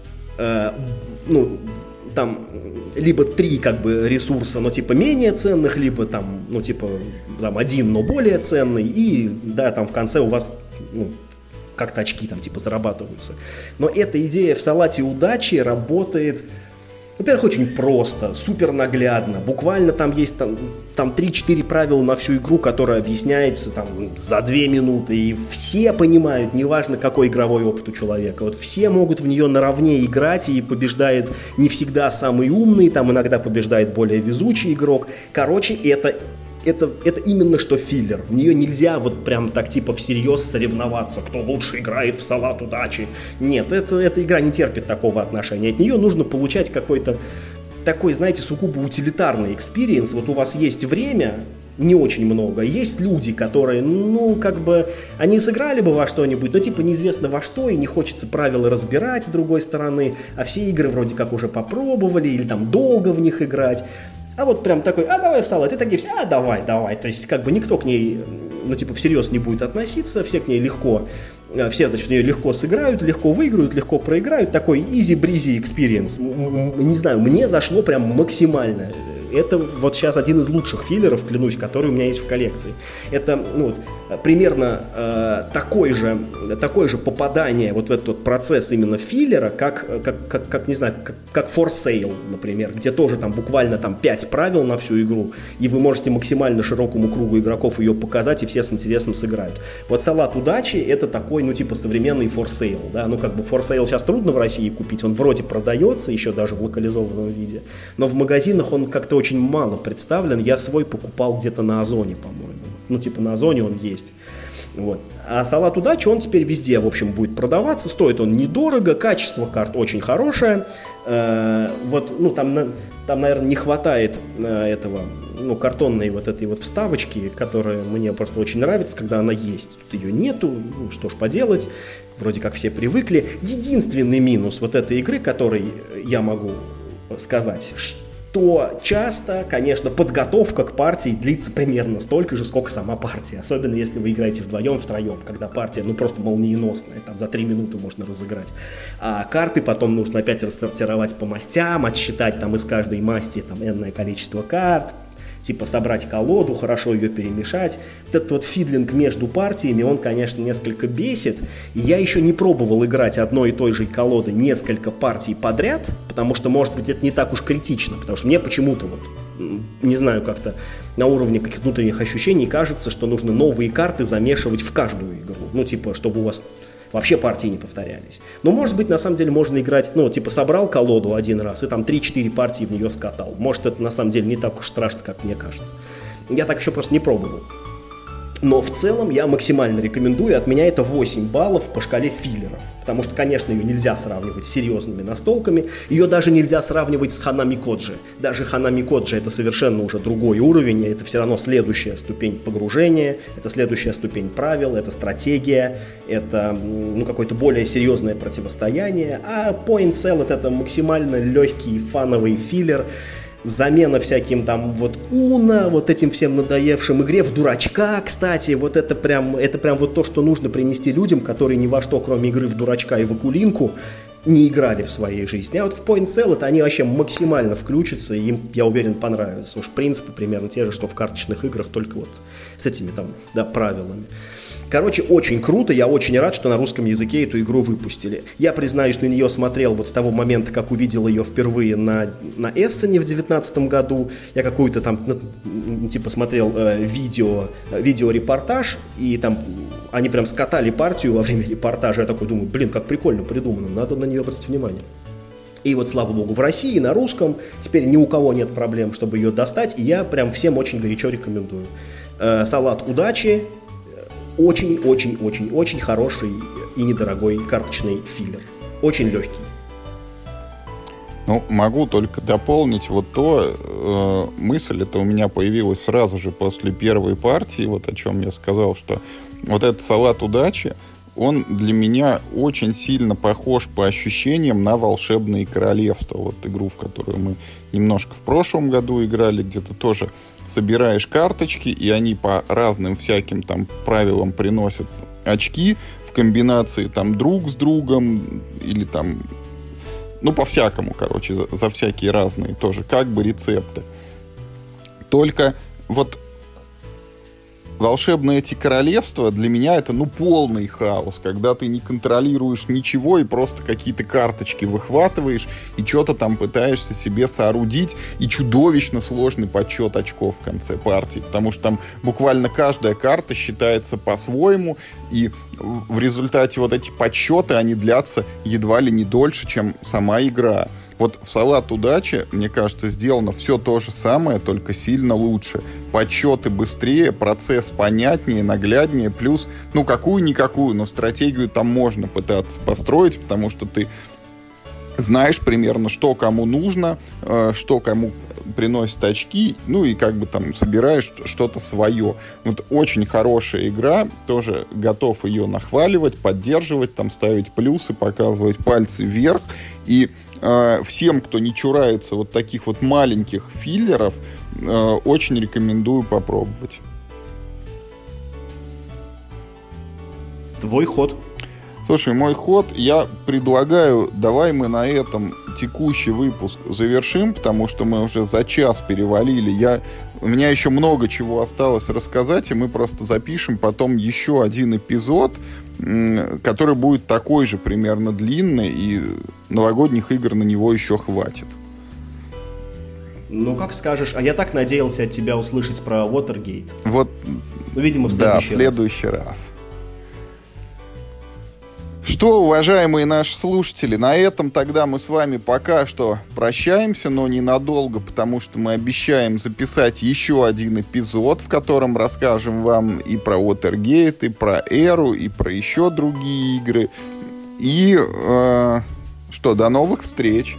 либо 3 как бы ресурса, но типа менее ценных, либо там, ну, типа, там 1, но более ценный, и да, там в конце у вас, ну, как-то очки там типа зарабатываются. Но эта идея в салате удачи работает, во-первых, очень просто, супер наглядно. Буквально там есть там 3-4 правила на всю игру, которая объясняется там за 2 минуты. И все понимают, неважно какой игровой опыт у человека. Вот все могут в нее наравне играть, и побеждает не всегда самый умный, там иногда побеждает более везучий игрок. Короче, это именно что филлер. В нее нельзя вот прям так типа всерьез соревноваться, кто лучше играет в салат удачи. Нет, эта игра не терпит такого отношения. От нее нужно получать какой-то такой, знаете, сугубо утилитарный экспириенс. Вот у вас есть время, не очень много. Есть люди, которые, ну, как бы, они сыграли бы во что-нибудь, но типа неизвестно во что, и не хочется правила разбирать с другой стороны, а все игры вроде как уже попробовали, или там долго в них играть. А вот прям такой, давай в салат, и такие все, давай. То есть, как бы никто к ней, ну, типа, всерьез не будет относиться, все к ней легко, все, значит, в нее легко сыграют, легко выиграют, легко проиграют, такой easy-breezy experience. Не знаю, мне зашло прям максимально. Это вот сейчас один из лучших филлеров, клянусь, который у меня есть в коллекции. Это, ну, вот, примерно такое же попадание вот в этот процесс именно филлера, как не знаю, как For Sale, например, где тоже там буквально там 5 правил на всю игру, и вы можете максимально широкому кругу игроков ее показать, и все с интересом сыграют. Вот салат удачи — это такой, ну, типа, современный For Sale, да, ну, как бы For Sale сейчас трудно в России купить, он вроде продается еще даже в локализованном виде, но в магазинах он как-то очень мало представлен. Я свой покупал где-то на Озоне, по-моему. Ну, типа, на Озоне он есть. Вот. А салат удачи, он теперь везде, в общем, будет продаваться. Стоит он недорого, качество карт очень хорошее. Там, наверное, не хватает картонной вот этой вот вставочки, которая мне просто очень нравится, когда она есть. Тут ее нету, что ж поделать, вроде как все привыкли. Единственный минус вот этой игры, который я могу сказать, что часто, конечно, подготовка к партии длится примерно столько же, сколько сама партия. Особенно если вы играете вдвоем, втроем, когда партия, просто молниеносная, там за 3 минуты можно разыграть. А карты потом нужно опять рассортировать по мастям, отсчитать там из каждой масти там энное количество карт, типа собрать колоду, хорошо ее перемешать. Вот этот вот фидлинг между партиями, он, конечно, несколько бесит. И я еще не пробовал играть одной и той же колодой несколько партий подряд, потому что, может быть, это не так уж критично, потому что мне почему-то, не знаю, как-то на уровне каких-то внутренних ощущений кажется, что нужно новые карты замешивать в каждую игру. Чтобы у вас вообще партии не повторялись. Но, может быть, на самом деле можно играть, собрал колоду один раз и там 3-4 партии в нее скатал. Может, это на самом деле не так уж страшно, как мне кажется. Я так еще просто не пробовал. Но в целом я максимально рекомендую, от меня это 8 баллов по шкале филлеров. Потому что, конечно, ее нельзя сравнивать с серьезными настолками, ее даже нельзя сравнивать с Ханами Коджи. Даже Ханами Коджи это совершенно уже другой уровень, это все равно следующая ступень погружения, это следующая ступень правил, это стратегия, это какое-то более серьезное противостояние. А Point Salad это максимально легкий фановый филлер, замена всяким там Уно, этим всем надоевшим игре в дурачка, кстати, это прям вот то, что нужно принести людям, которые ни во что, кроме игры в дурачка и в акулинку, не играли в своей жизни. А в Point Salad они вообще максимально включатся, и им, я уверен, понравится. Уж принципы примерно те же, что в карточных играх, только с этими правилами. Короче, очень круто, я очень рад, что на русском языке эту игру выпустили. Я, признаюсь, на нее смотрел с того момента, как увидел ее впервые на Эссене в 2019 году. Я какую-то там, смотрел видеорепортаж, и там они прям скатали партию во время репортажа. Я такой думаю, как прикольно придумано, надо на нее обратить внимание. И слава богу, в России, на русском, теперь ни у кого нет проблем, чтобы ее достать, и я прям всем очень горячо рекомендую. Салат удачи. Очень-очень-очень-очень хороший и недорогой карточный филлер. Очень легкий. Могу только дополнить мысль, это у меня появилась сразу же после первой партии, о чем я сказал, что этот салат удачи, он для меня очень сильно похож по ощущениям на «Волшебные королевства». Игру, в которую мы немножко в прошлом году играли, где-то тоже собираешь карточки, и они по разным всяким там правилам приносят очки в комбинации там друг с другом или там, по-всякому, за всякие разные тоже рецепты. Только «Волшебные эти королевства» для меня это, полный хаос, когда ты не контролируешь ничего и просто какие-то карточки выхватываешь и что-то там пытаешься себе соорудить, и чудовищно сложный подсчет очков в конце партии, потому что там буквально каждая карта считается по-своему, и в результате эти подсчеты, они длятся едва ли не дольше, чем сама игра. В «Салат удачи», мне кажется, сделано все то же самое, только сильно лучше. Подсчеты быстрее, процесс понятнее, нагляднее, плюс, какую-никакую, но стратегию там можно пытаться построить, потому что ты знаешь примерно, что кому нужно, что кому приносит очки, и собираешь что-то свое. Очень хорошая игра, тоже готов ее нахваливать, поддерживать, ставить плюсы, показывать пальцы вверх, и всем, кто не чурается таких маленьких филлеров, очень рекомендую попробовать. Твой ход. Слушай, мой ход, я предлагаю, давай мы на этом текущий выпуск завершим, потому что мы уже за час перевалили. У меня еще много чего осталось рассказать, и мы просто запишем потом еще один эпизод, который будет такой же примерно длинный, и новогодних игр на него еще хватит. Как скажешь. А я так надеялся от тебя услышать про Watergate. Видимо, в следующий раз. Что, уважаемые наши слушатели, на этом тогда мы с вами пока что прощаемся, но ненадолго, потому что мы обещаем записать еще один эпизод, в котором расскажем вам и про Watergate, и про Эру, и про еще другие игры. И что, до новых встреч!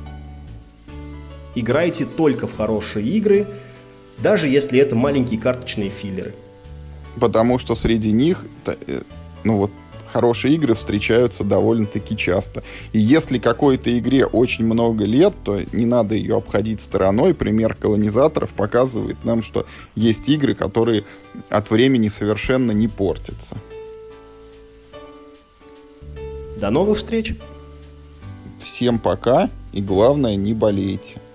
Играйте только в хорошие игры, даже если это маленькие карточные филлеры. Потому что среди них, хорошие игры встречаются довольно-таки часто. И если какой-то игре очень много лет, то не надо ее обходить стороной. Пример колонизаторов показывает нам, что есть игры, которые от времени совершенно не портятся. До новых встреч! Всем пока, и главное, не болейте.